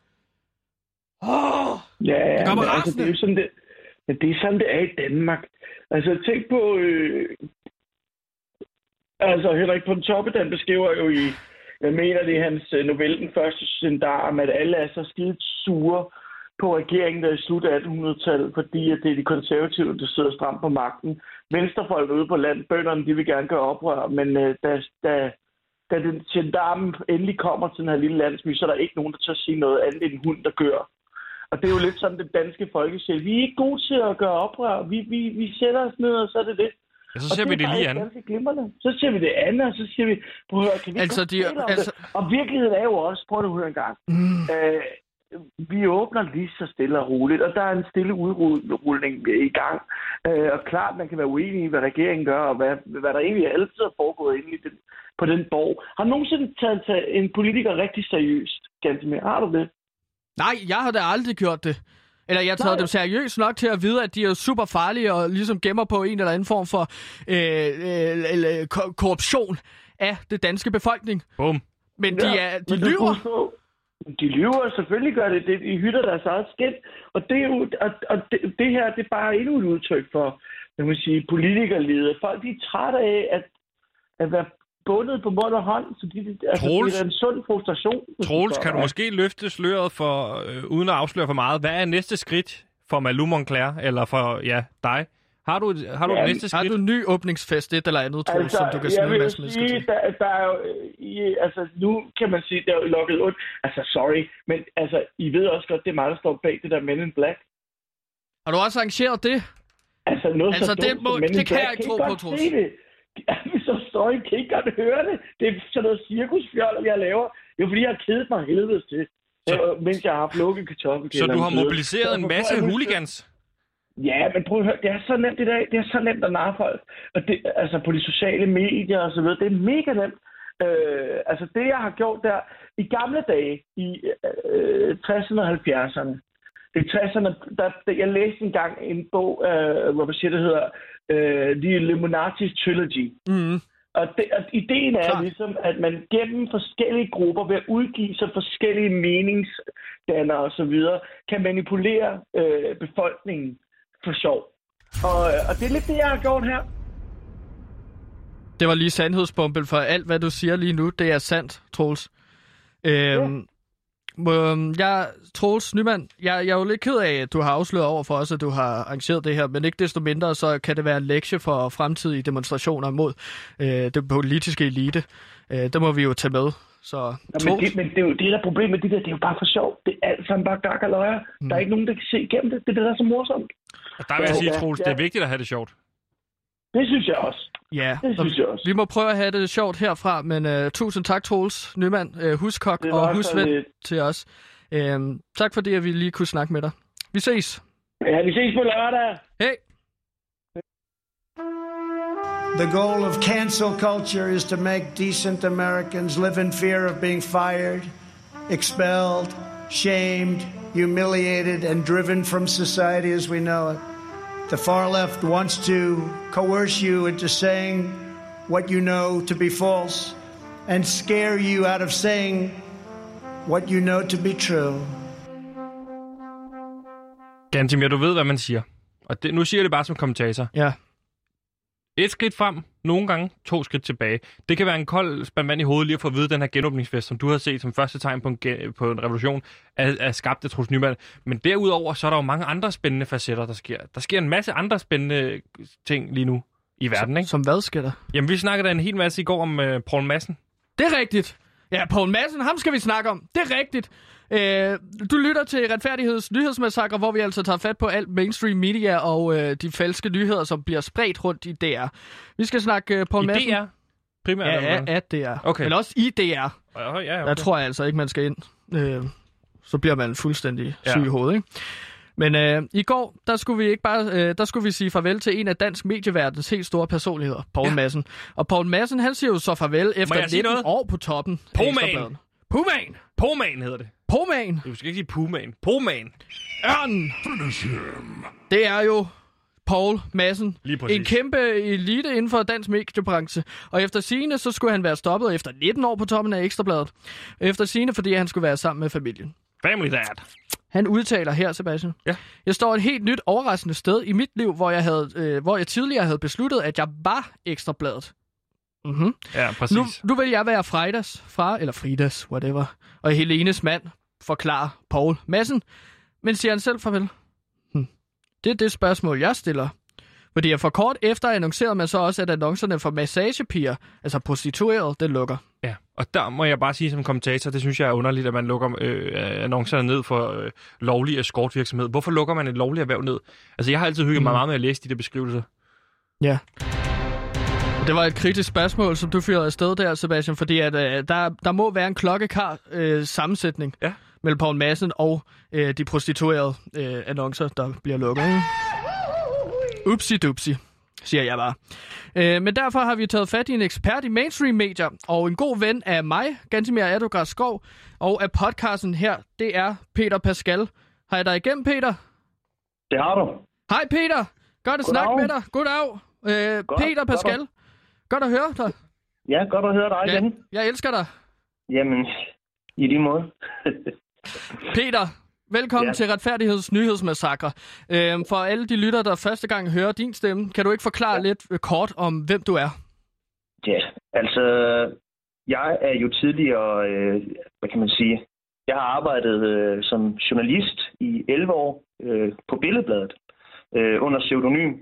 Det kommer det er jo sådan, det er sådan, det er i Danmark. Altså, tænk på... Henrik Pontoppidan beskriver jo i... Jeg mener, det er hans novelle, Den første gendarm, at alle er så skide sure på regeringen, der i slut af 1800-tallet, fordi at det er de konservative, der sidder stramt på magten. Venstrefolk ude på land, bønderne, de vil gerne gøre oprør, men da den gendarmen endelig kommer til den her lille landsby, så er der ikke nogen, der tør sige noget andet end en hund, der gør. Og det er jo lidt sådan, det danske folkesjæl. Vi er ikke gode til at gøre oprør. Vi sætter os ned, og så er det det. Ja, så ser vi det lige andet. Så ser vi det andet, og så siger vi, prøv at høre, kan vi det? Og virkeligheden er jo også, prøv at høre en gang. Vi åbner lige så stille og roligt, og der er en stille udrulning i gang. Og klart, man kan være uenig i, hvad regeringen gør, og hvad der egentlig altid er foregået inde på den borg. Har du nogensinde taget en politiker rigtig seriøst, Gantemir? Har du det? Nej, jeg har da aldrig gjort det. Eller jeg har taget dem seriøst nok til at vide, at de er super farlige og ligesom gemmer på en eller anden form for korruption af det danske befolkning. Bum. Men de lyver. De lyver, selvfølgelig gør det. De hytter deres eget skind. Og det er jo, det her, det er bare endnu et udtryk for, jeg må sige, politikerlivet. Folk, de er trætte af at være bundet på mund og hånd, så det er en sund frustration. Troels, kan du måske løfte sløret for, uden at afsløre for meget, hvad er næste skridt for Malou Moncler, eller for dig? Har du et næste skridt? Har du en ny åbningsfest, et eller andet, Troels, som du kan smide en masse mennesker til? Der er jo, nu kan man sige, der er jo lukket ondt. Sorry, men I ved også godt, det er mig, der står bag det der Men in Black. Har du også arrangeret det? Det kan jeg ikke tro på, Troels. Så sorry, kan I ikke godt høre det? Det er sådan noget cirkusfjold, jeg laver. Det er fordi, jeg har kedet mig helvedes til, mens jeg har haft lukket kartoffel. Så du har mobiliseret en masse hooligans? Ja, men prøv at høre, det er så nemt i dag. Det er så nemt at narre folk. Og det, på de sociale medier og så videre, det er mega nemt. Det jeg har gjort der, i gamle dage, i 60'erne og 70'erne, i 60'erne, jeg læste engang en bog, der hedder The Illuminati Trilogy. Mm. Og ideen er ligesom, at man gennem forskellige grupper, ved at udgive sig forskellige meningsdannere og så videre, kan manipulere befolkningen for sjov. Og det er lidt det, jeg har gjort her. Det var lige sandhedsbomben, for alt, hvad du siger lige nu, det er sandt, Troels. Troels Nyman, jeg er jo lidt ked af, at du har afsløret over for os, at du har arrangeret det her, men ikke desto mindre, så kan det være en lektie for fremtidige demonstrationer mod det politiske elite. Det må vi jo tage med. Så, men det er jo det, der er problemet med det der, det er jo bare for sjov. Det er alt sammen bare gak og løjer. Der er ikke nogen, der kan se igennem det. Det er det, der er så morsomt. Og der vil jeg sige, Troels, det er vigtigt at have det sjovt. Det synes jeg også. Ja, vi må prøve at have det sjovt herfra, men tusind tak, Troels Nyman, huskok og husven til os. Tak fordi, at vi lige kunne snakke med dig. Vi ses. Ja, vi ses på lørdag. Hej. The goal of cancel culture is to make decent Americans live in fear of being fired, expelled, shamed, humiliated, and driven from society as we know it. The far left wants to coerce you into saying what you know to be false and scare you out of saying what you know to be true. Gantimir, du ved, hvad man siger. Og nu siger jeg det bare som kommentator. Ja. Et skridt frem, nogle gange 2 skridt tilbage. Det kan være en kold spand vand i hovedet lige at få at vide, den her genåbningsfest, som du har set som første tegn på en revolution, er skabt af Troels Nyman. Men derudover, så er der jo mange andre spændende facetter, der sker. Der sker en masse andre spændende ting lige nu i verden, ikke? Som hvad sker der? Jamen, vi snakkede da en hel masse i går om Poul Madsen. Det er rigtigt. Ja, Poul Madsen, ham skal vi snakke om. Det er rigtigt. Du lytter til Retfærdigheds Nyhedsmassakre, hvor vi altså tager fat på alt mainstream media og de falske nyheder, som bliver spredt rundt i DR. Vi skal snakke Poul Madsen. I DR? Primært? Ja, at DR. Okay. Men også i DR. Ja, okay. Der tror jeg altså ikke, man skal ind. Så bliver man fuldstændig syg i hovedet, ikke? Men i går, der skulle vi ikke bare, der skulle vi sige farvel til en af dansk medieverdens helt store personligheder, Poul Madsen. Og Poul Madsen, han siger jo så farvel efter 19 år på toppen. Puman! Puman hedder det. Puman! Du skal ikke sige Puman. Puman! Ørnen! Det er jo Poul Madsen. En kæmpe elite inden for dansk mediebranche. Og efter sigende, så skulle han være stoppet efter 19 år på toppen af Ekstra Bladet. Efter sigende, fordi han skulle være sammen med familien. Family that. Han udtaler her, Sebastian. Ja. Jeg står et helt nyt, overraskende sted i mit liv, hvor jeg tidligere havde besluttet, at jeg var Ekstra Bladet. Mm-hmm. Ja, præcis. Nu vil jeg være Fridas, whatever. Og Helenes mand, forklarer Poul Madsen. Men siger han selv farvel? Det er det spørgsmål, jeg stiller. Fordi for kort efter annoncerede man så også, at annoncerne for massagepiger, altså prostituerede, det lukker. Ja, og der må jeg bare sige som kommentator, det synes jeg er underligt, at man lukker annoncerne ned for lovlig escortvirksomhed. Hvorfor lukker man et lovligt erhverv ned? Altså, jeg har altid hygget mig meget med at læse de der beskrivelser. Ja. Det var et kritisk spørgsmål, som du fyrede afsted der, Sebastian, fordi at, der må være en klokkeklar sammensætning mellem Poul Madsen og de prostituerede annoncer, der bliver lukket. Upsi-dupsi, siger jeg bare. Men derfor har vi taget fat i en ekspert i mainstream-medier, og en god ven af mig, Gantimir Adogras Skov, og af podcasten her, det er Peter Pascal. Har jeg dig igennem, Peter? Det har du. Hej, Peter. Godt at snakke med dig. Goddag. Peter Pascal. Godt at høre dig. Ja, godt at høre dig igen. Jeg elsker dig. Jamen, i lige måde. Peter, velkommen til Retfærdigheds Nyhedsmassakre. For alle de lytter, der første gang hører din stemme, kan du ikke forklare lidt kort om, hvem du er? Ja, Altså, jeg er jo tidligere, hvad kan man sige, jeg har arbejdet som journalist i 11 år på Billedbladet under pseudonym.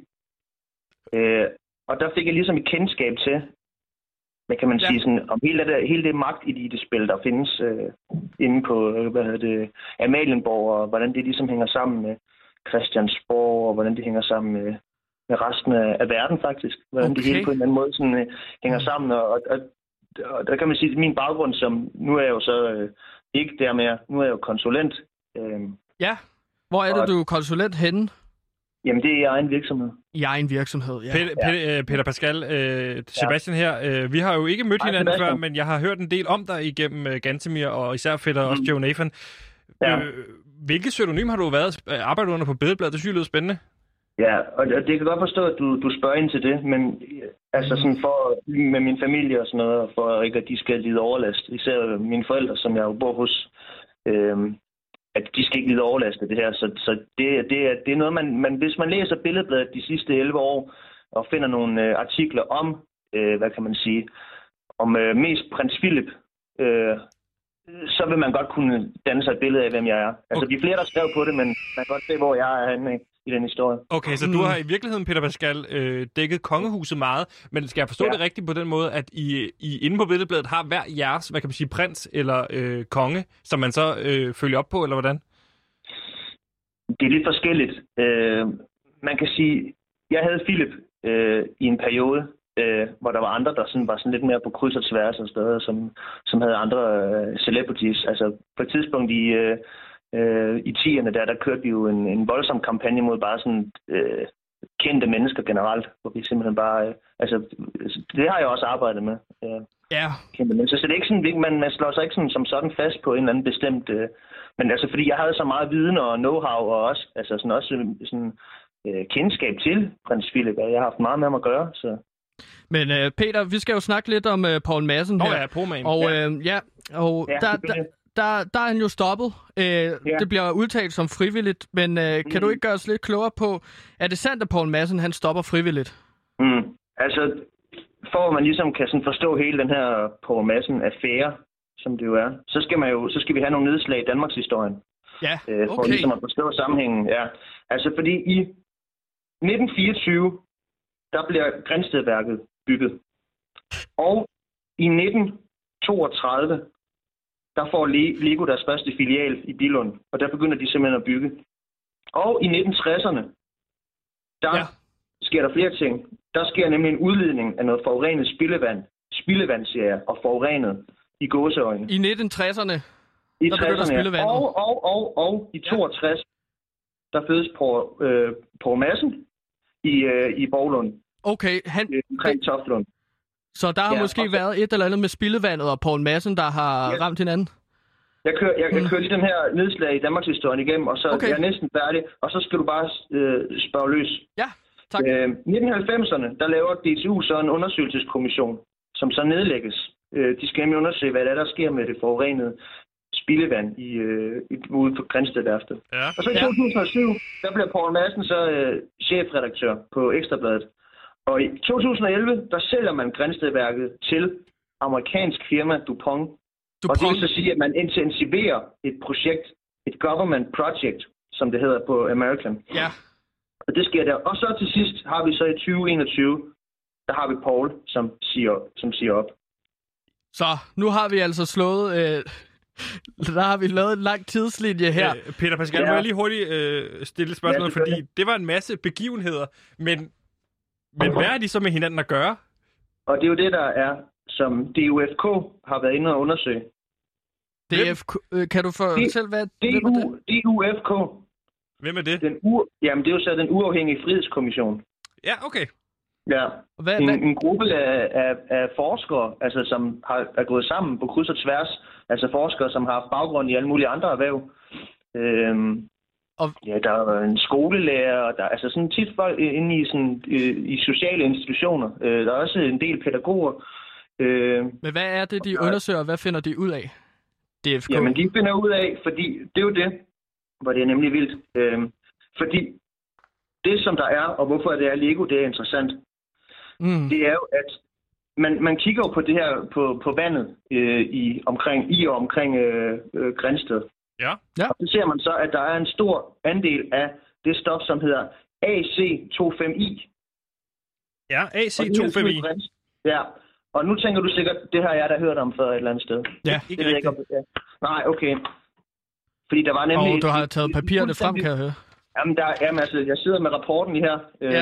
Og der fik jeg ligesom et kendskab til, hvad kan man sige, sådan, om hele det magtelitespil, der findes inde på Amalienborg, og hvordan det ligesom hænger sammen med Christiansborg, og hvordan det hænger sammen med resten af verden faktisk. Hvordan det hele på en eller anden måde sådan, hænger sammen. Og der kan man sige, at min baggrund, som nu er jeg jo så ikke der mere, nu er jeg jo konsulent. Ja, hvor er det, du er konsulent henne? Jamen, det er i egen virksomhed. I egen virksomhed, ja. Peter Pascal, Sebastian her. Vi har jo ikke mødt hinanden før, men jeg har hørt en del om dig igennem Gantemir, og især Fætter også Joe Nathan. Ja. Hvilket pseudonym har du arbejdet under på Billedbladet? Det synes jeg lyder spændende. Ja, og det kan godt forstå, at du spørger ind til det, men altså sådan med min familie og sådan noget, og for ikke at de skal lide overlast, især mine forældre, som jeg jo bor hos, at de skal ikke lide overlast af det her. Så det er noget, man hvis man læser Billedbladet de sidste 11 år, og finder nogle artikler om, hvad kan man sige, om mest prins Philip, så vil man godt kunne danne sig et billede af, hvem jeg er. Altså, vi er flere, der skrev på det, men man kan godt se, hvor jeg er henne i den historie. Okay, så du har i virkeligheden, Peter Pascal, dækket kongehuset meget, men skal jeg forstå det rigtigt på den måde, at I inde på Billedbladet har hver jeres, hvad kan man sige, prins eller konge, som man så følger op på, eller hvordan? Det er lidt forskelligt. Man kan sige, jeg havde Philip i en periode, hvor der var andre, der var sådan lidt mere på kryds og tværs og steder, som havde andre celebrities. Altså på et tidspunkt i 10'erne, der kørte vi jo en voldsom kampagne mod bare sådan kendte mennesker generelt, hvor vi simpelthen bare... altså, det har jeg også arbejdet med. Kendte mennesker. Så det er ikke sådan, man slår sig ikke som sådan fast på en eller anden bestemt... men altså, fordi jeg havde så meget viden og know-how, og også, altså sådan kendskab til prins Philip, og jeg har haft meget med ham at gøre, så... Men Peter, vi skal jo snakke lidt om Poul Madsen her. Ja, Poul-man. Og der er han jo stoppet. Det bliver udtalt som frivilligt, men kan du ikke gøre os lidt klogere på, er det sandt, at Poul Madsen han stopper frivilligt? Altså, for at man ligesom kan sådan forstå hele den her Poul Madsen-affære, som det jo er, så skal vi have nogle nedslag i Danmarks historien. Ja, okay. For ligesom at forstå sammenhængen. Ja. Altså, fordi i 1924, der bliver Grindstedværket bygget. Og i 1932, der får Lego deres første filial i Billund, og der begynder de simpelthen at bygge. Og i 1960'erne, der sker der flere ting. Der sker nemlig en udledning af noget forurenet spildevandsserier og forurenet i gåseøjne. I 1960'erne? I 60'erne, og i 62, der fødes Poul Madsen i Borglund. Okay, Omkring Toftlund. Så der har måske været et eller andet med spildevandet og Poul Madsen, der har ramt hinanden? Jeg kører lige den her nedslag i Danmarks historien igennem, og så er jeg næsten færdig, og så skal du bare spørge løs. Ja, tak. 1990'erne, der laver DTU så en undersøgelseskommission, som så nedlægges. De skal nemlig undersøge, hvad der sker med det forurenede spildevand ude på Grindstedværftet. Ja. Og så i 2007, der bliver Poul Madsen så chefredaktør på Ekstrabladet. Og i 2011, der sælger man Grindstedværket til amerikansk firma DuPont. Og det vil så sige, at man intensiverer et projekt, et government project, som det hedder på American. Ja. Og det sker der. Og så til sidst har vi så i 2021, der har vi Poul, som siger op. Så nu har vi altså slået... der har vi lavet en lang tidslinje her. Peter Pascal, må jeg lige hurtigt stille et spørgsmål, fordi det var en masse begivenheder, men hvad er de så med hinanden at gøre? Og det er jo det, der er, som DUFK har været inde og undersøge. DFK, kan du fortælle, hvad det er? DUFK. Hvem er det? Jamen, det er jo så den uafhængige frihedskommission. Ja, okay. Ja, en gruppe af forskere, altså, som er gået sammen på kryds og tværs, altså forskere, som har haft baggrund i alle mulige andre erhverv. Der er en skolelærer, og der er altså sådan tit folk inde i sociale institutioner. Der er også en del pædagoger. Men hvad er det, de undersøger, og hvad finder de ud af? DFK? Jamen, de finder ud af, fordi det er jo det, hvor det er nemlig vildt. Fordi det, som der er, og hvorfor det er Lego, det er interessant. Det er jo, at man kigger jo på det her på vandet i og omkring Grindsted. Ja. Og så ser man så, at der er en stor andel af det stof, som hedder AC25I. Ja, AC25I. Ja, og nu tænker du sikkert, det har jeg da hørt om før et eller andet sted. Ja, ikke rigtigt. Nej, okay. Fordi der var nemlig... Og du har taget papirerne frem, kan jeg høre. Jamen, altså, jeg sidder med rapporten lige her. Ja.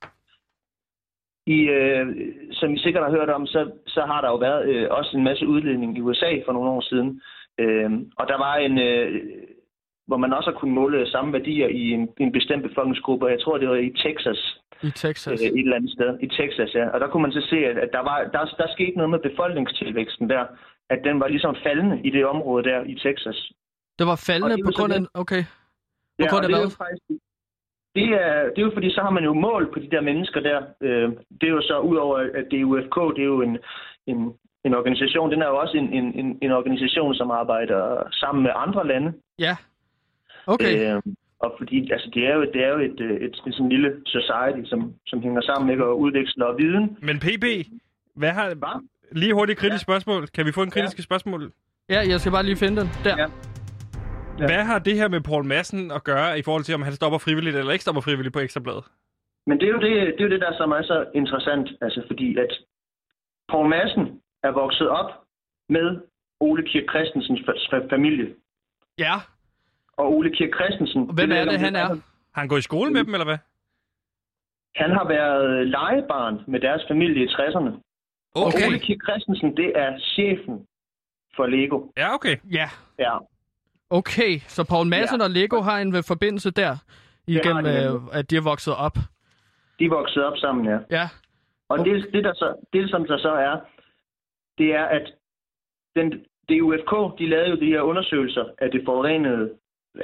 Som I sikkert har hørt om, så har der jo været også en masse udledning i USA for nogle år siden. Og der var hvor man også har kunnet måle samme værdier i en bestemt befolkningsgruppe, og jeg tror, det var i Texas. I Texas? Et eller andet sted. I Texas, ja. Og der kunne man så se, at der skete noget med befolkningstilvæksten der, at den var ligesom faldende i det område der i Texas. Det var faldende på grund af... Okay. På grund af hvad? Det er jo fordi, så har man jo mål på de der mennesker der. Det er jo så, udover at DUFK, det er jo en organisation. Den er jo også en organisation, som arbejder sammen med andre lande. Ja. Okay. Og fordi, altså, det er jo et sådan lille society, som hænger sammen med og udveksler viden. Men PB, hvad har... Lige hurtigt kritisk spørgsmål. Kan vi få en kritisk spørgsmål? Ja, jeg skal bare lige finde den. Der. Ja. Hvad har det her med Poul Madsen at gøre i forhold til, om han stopper frivilligt eller ikke stopper frivilligt på Ekstra Bladet? Men det er jo det der, som er så interessant. Altså fordi, at Poul Madsen er vokset op med Ole Kirk Christensens familie. Ja. Og Ole Kirk Christensen... Hvem er det, han er? Har han gået i skole med dem, eller hvad? Han har været legebarn med deres familie i 60'erne. Okay. Og Ole Kirk Christensen, det er chefen for Lego. Ja, okay. Ja. Okay, så Poul Madsen og Lego har en forbindelse der, igennem at de er vokset op? De er vokset op sammen, ja. Ja. Og det, som der så er, det er, at DUFK, de lavede jo de her undersøgelser af det forurenede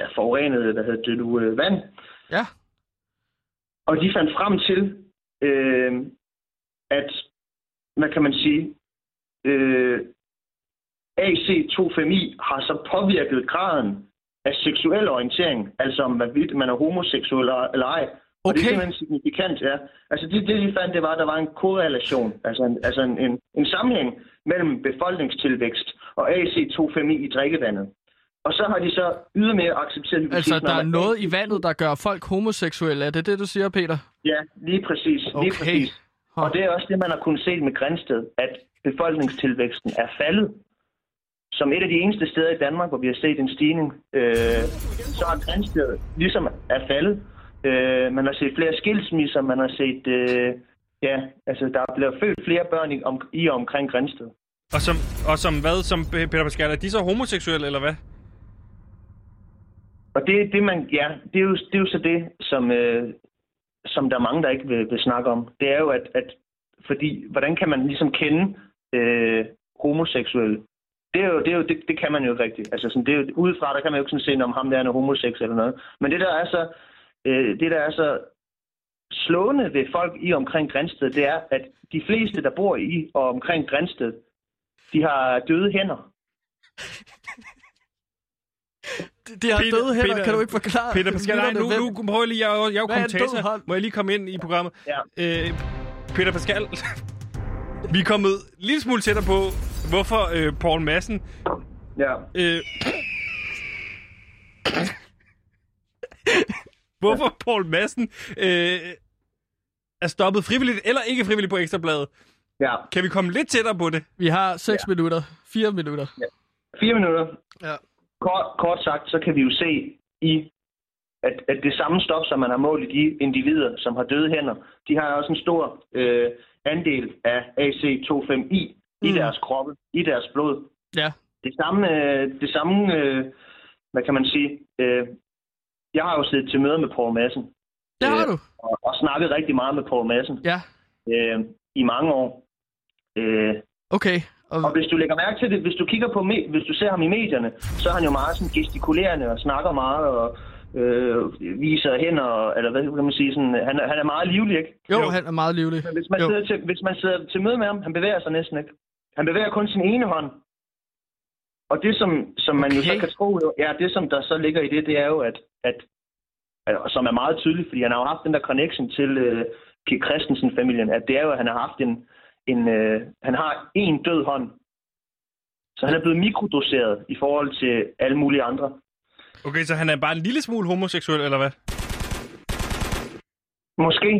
vand. Ja. Og de fandt frem til, at, hvad kan man sige, AC25I har så påvirket graden af seksuel orientering, altså om man er homoseksuel eller ej. Okay. Og det er simpelthen signifikant, ja. Altså det de fandt, det var, at der var en korrelation, altså en sammenhæng mellem befolkningstilvækst og AC25I i drikkevandet. Og så har de så ydermere accepteret hypotesen. Altså, der er noget i vandet, der gør folk homoseksuelle. Er det det, du siger, Peter? Ja, lige præcis. Okay. Lige præcis. Og det er også det, man har kunnet se med Grindsted, at befolkningstilvæksten er faldet. Som et af de eneste steder i Danmark, hvor vi har set en stigning, så har Grindsted ligesom er faldet. Man har set flere skilsmisser, man har set, der er blevet født flere børn i og omkring Grindsted. Og som hvad, som Peter Pascal, er de så homoseksuelle, eller hvad? Og det er jo så det, som der er mange, der ikke vil snakke om. Det er jo, at fordi, hvordan kan man ligesom kende homoseksuelle? Det kan man jo ikke rigtigt. Altså sådan, det er jo, udefra, der kan man jo ikke sådan se, om ham der er homoseksuel eller noget. Men det der er så slående ved folk i omkring Grindsted, det er, at de fleste, der bor i og omkring Grindsted, de har døde hænder. De har døde hænder, kan du ikke forklare? Peter Pascal, nu prøver jeg lige, jeg er jo kommentator. Må jeg lige komme ind i programmet? Ja. Peter Pascal, vi er kommet en lille smule tættere på, hvorfor Poul Madsen... Ja. Hvorfor Poul Madsen er stoppet frivilligt eller ikke frivilligt på Ekstra Bladet. Ja. Kan vi komme lidt tættere på det? Vi har 6 minutter. 4 minutter. Ja. 4 minutter. Ja. Kort sagt, så kan vi jo se i, at det samme stof, som man har målt i de individer, som har døde hænder, de har også en stor andel af AC25I i deres kroppe, i deres blod. Ja. Det samme, hvad kan man sige, jeg har jo siddet til møder med Poul Madsen. Det har du. Og snakket rigtig meget med Poul Madsen. Ja. I mange år. Okay. Og hvis du lægger mærke til det, hvis du ser ham i medierne, så er han jo meget sådan gestikulerende og snakker meget og viser hænder, eller hvad kan man sige, sådan, han er meget livlig, ikke? Jo, han er meget livlig. Men hvis man sidder til møde med ham, han bevæger sig næsten ikke. Han bevæger kun sin ene hånd. Og det, som man jo så kan tro, det som der så ligger i det er jo, at som er meget tydeligt, fordi han har jo haft den der connection til Kirk Christensen-familien, at det er jo, at han har haft han har en død hånd. Så han er blevet mikrodoseret i forhold til alle mulige andre. Okay, så han er bare en lille smule homoseksuel, eller hvad? Måske.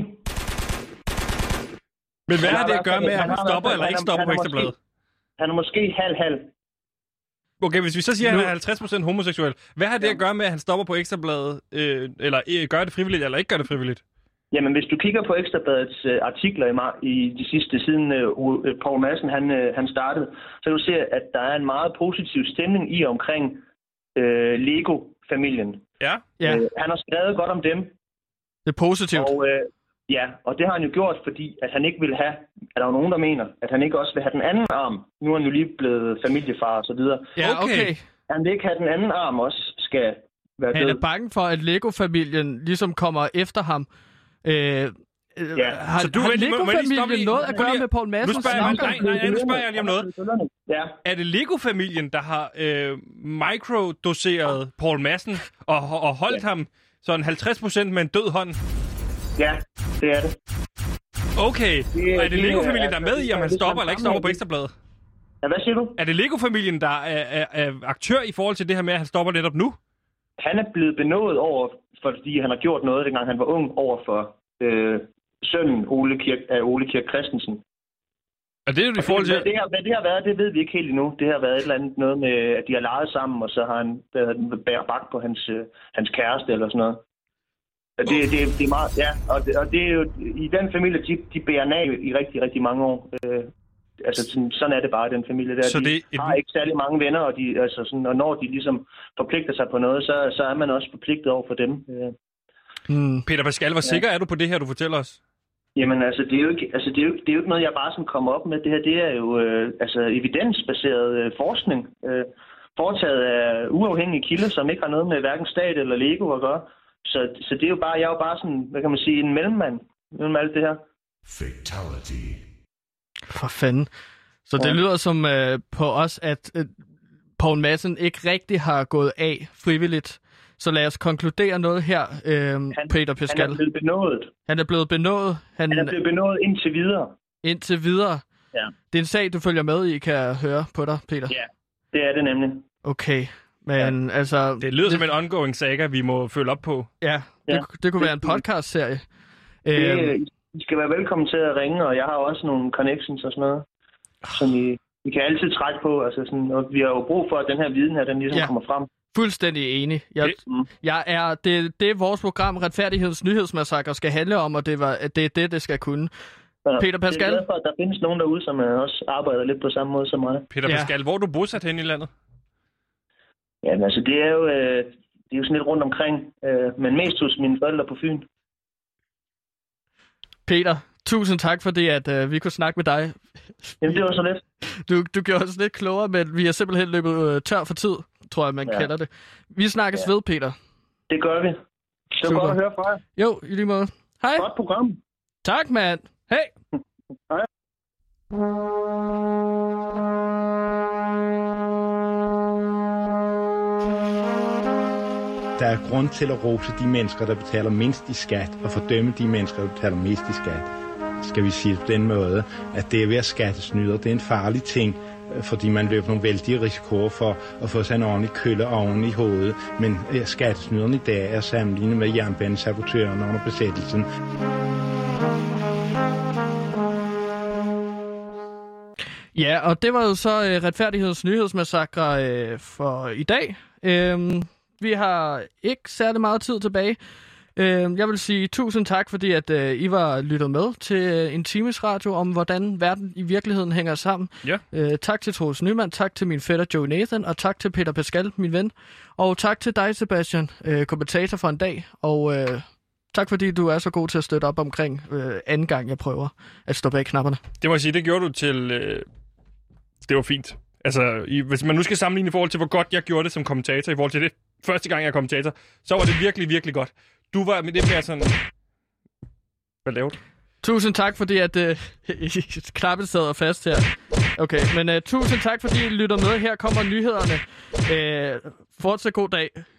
Men hvad har det at gøre med, at han stopper eller ikke stopper på Ekstrabladet? Han er måske halv-halv. Okay, hvis vi så siger, at han er 50% homoseksuel, hvad har det at gøre med, at han stopper på Ekstrabladet, eller gør det frivilligt, eller ikke gør det frivilligt? Jamen, hvis du kigger på Ekstrabladets artikler i de sidste, siden Poul Madsen han startede, så kan du se, at der er en meget positiv stemning i omkring Lego-familien. Ja. Han har skrevet godt om dem. Det er positivt. Og det har han jo gjort, fordi at han ikke vil have, at der er nogen, der mener, at han ikke også vil have den anden arm. Nu er han jo lige blevet familiefar og så videre. Ja, okay. Han vil ikke have den anden arm også skal være død. Han er bange for, at Lego-familien ligesom kommer efter ham. Har Lego-familien noget at gøre med Poul Madsen? Nu spørger jeg lige om noget. Ja. Er det Lego-familien, der har mikrodoseret Poul Madsen og holdt ham sådan 50% med en død hånd? Ja, det er det. Okay, og er det Lego-familien, der er med i, om han stopper eller ikke stopper på Ekstrabladet? Ja, hvad siger du? Er det Lego-familien, der er aktør i forhold til det her med, at han stopper netop nu? Han er blevet benådet over, fordi han har gjort noget, dengang han var ung, over for sønnen Ole Kirk Christensen. Og det er jo i forhold til... Hvad det har været, det ved vi ikke helt endnu. Det har været et eller andet noget med, at de har leget sammen, og så har han bæret bak på hans kæreste eller sådan noget. Og det er meget... Ja, og det er jo... I den familie, de bærer af i rigtig, rigtig mange år. Sådan er det bare i den familie der. Så de har ikke særlig mange venner, og, og når de ligesom forpligter sig på noget, så er man også forpligtet over for dem. Peter Pascal, hvor sikker er du på det her, du fortæller os? Jamen det er jo ikke noget, jeg bare sådan kommer op med. Det her, det er jo evidensbaseret forskning, foretaget af uafhængige kilder, som ikke har noget med hverken stat eller Lego at gøre. Så det er jo bare, jeg er jo bare sådan, hvad kan man sige, en mellemmand mellem alt det her. Fatality. For fanden. Så det lyder som på os, at Poul Madsen ikke rigtig har gået af frivilligt. Så lad os konkludere noget her, Peter Pascal. Han er blevet benådet. Han er blevet benådet. Han er blevet benådet indtil videre. Indtil videre? Ja. Det er en sag, du følger med i, kan jeg høre på dig, Peter? Ja, det er det nemlig. Okay, men altså... Det lyder som en ongoing saga, vi må følge op på. Ja, det kunne være en podcast-serie. I skal være velkommen til at ringe, og jeg har også nogle connections og sådan noget, som I kan altid trække på. Altså sådan, og vi har jo brug for, at den her viden her, den ligesom kommer frem. Fuldstændig enig. Det er vores program, Retfærdighedens Nyhedsmassakre, skal handle om, og det er det skal kunne. Ja, Peter Pascal? Det er derfor, at der findes nogen derude, som også arbejder lidt på samme måde som mig. Peter Pascal, hvor er du bosat hen i landet? Jamen altså, det er jo sådan lidt rundt omkring, men mest hos mine forældre på Fyn. Peter, tusind tak for det, at vi kunne snakke med dig. Jamen, det var så lidt. Du gjorde os lidt klogere, men vi har simpelthen løbet tør for tid, tror jeg, man kalder det. Vi snakkes ved, Peter. Det gør vi. Det var godt at høre fra jer. Jo, i lige måde. Hej. Godt program. Tak, mand. Hej. Hej. Der er grund til at rose de mennesker, der betaler mindst i skat, og fordømme de mennesker, der betaler mest i skat. Skal vi sige på den måde, at det at være skattesnyder, det er en farlig ting, fordi man løber nogle vældige risikoer for at få sig en ordentlig kølle oven i hovedet. Men skattesnyderne i dag er sammenlignet med jernbanesabotørerne under besættelsen. Ja, og det var jo så Retfærdighedens Nyhedsmassakre for i dag. Vi har ikke særlig meget tid tilbage. Jeg vil sige tusind tak, fordi at I var lyttet med til en times radio om, hvordan verden i virkeligheden hænger sammen. Ja. Tak til Troels Nyman, tak til min fætter Joey Nathan, og tak til Peter Pascal, min ven. Og tak til dig, Sebastian, kommentator for en dag. Og tak fordi du er så god til at støtte op omkring anden gang, jeg prøver at stå bag knapperne. Det må jeg sige, det gjorde du til... Det var fint. Altså, hvis man nu skal sammenligne i forhold til, hvor godt jeg gjorde det som kommentator, i forhold til det første gang, jeg er kommentator, så var det virkelig, virkelig godt. Du var med det mere sådan... Hvad lavede du? Tusind tak, fordi at knappen sad fast her. Okay, men tusind tak, fordi I lytter med. Her kommer nyhederne. Fortsat god dag.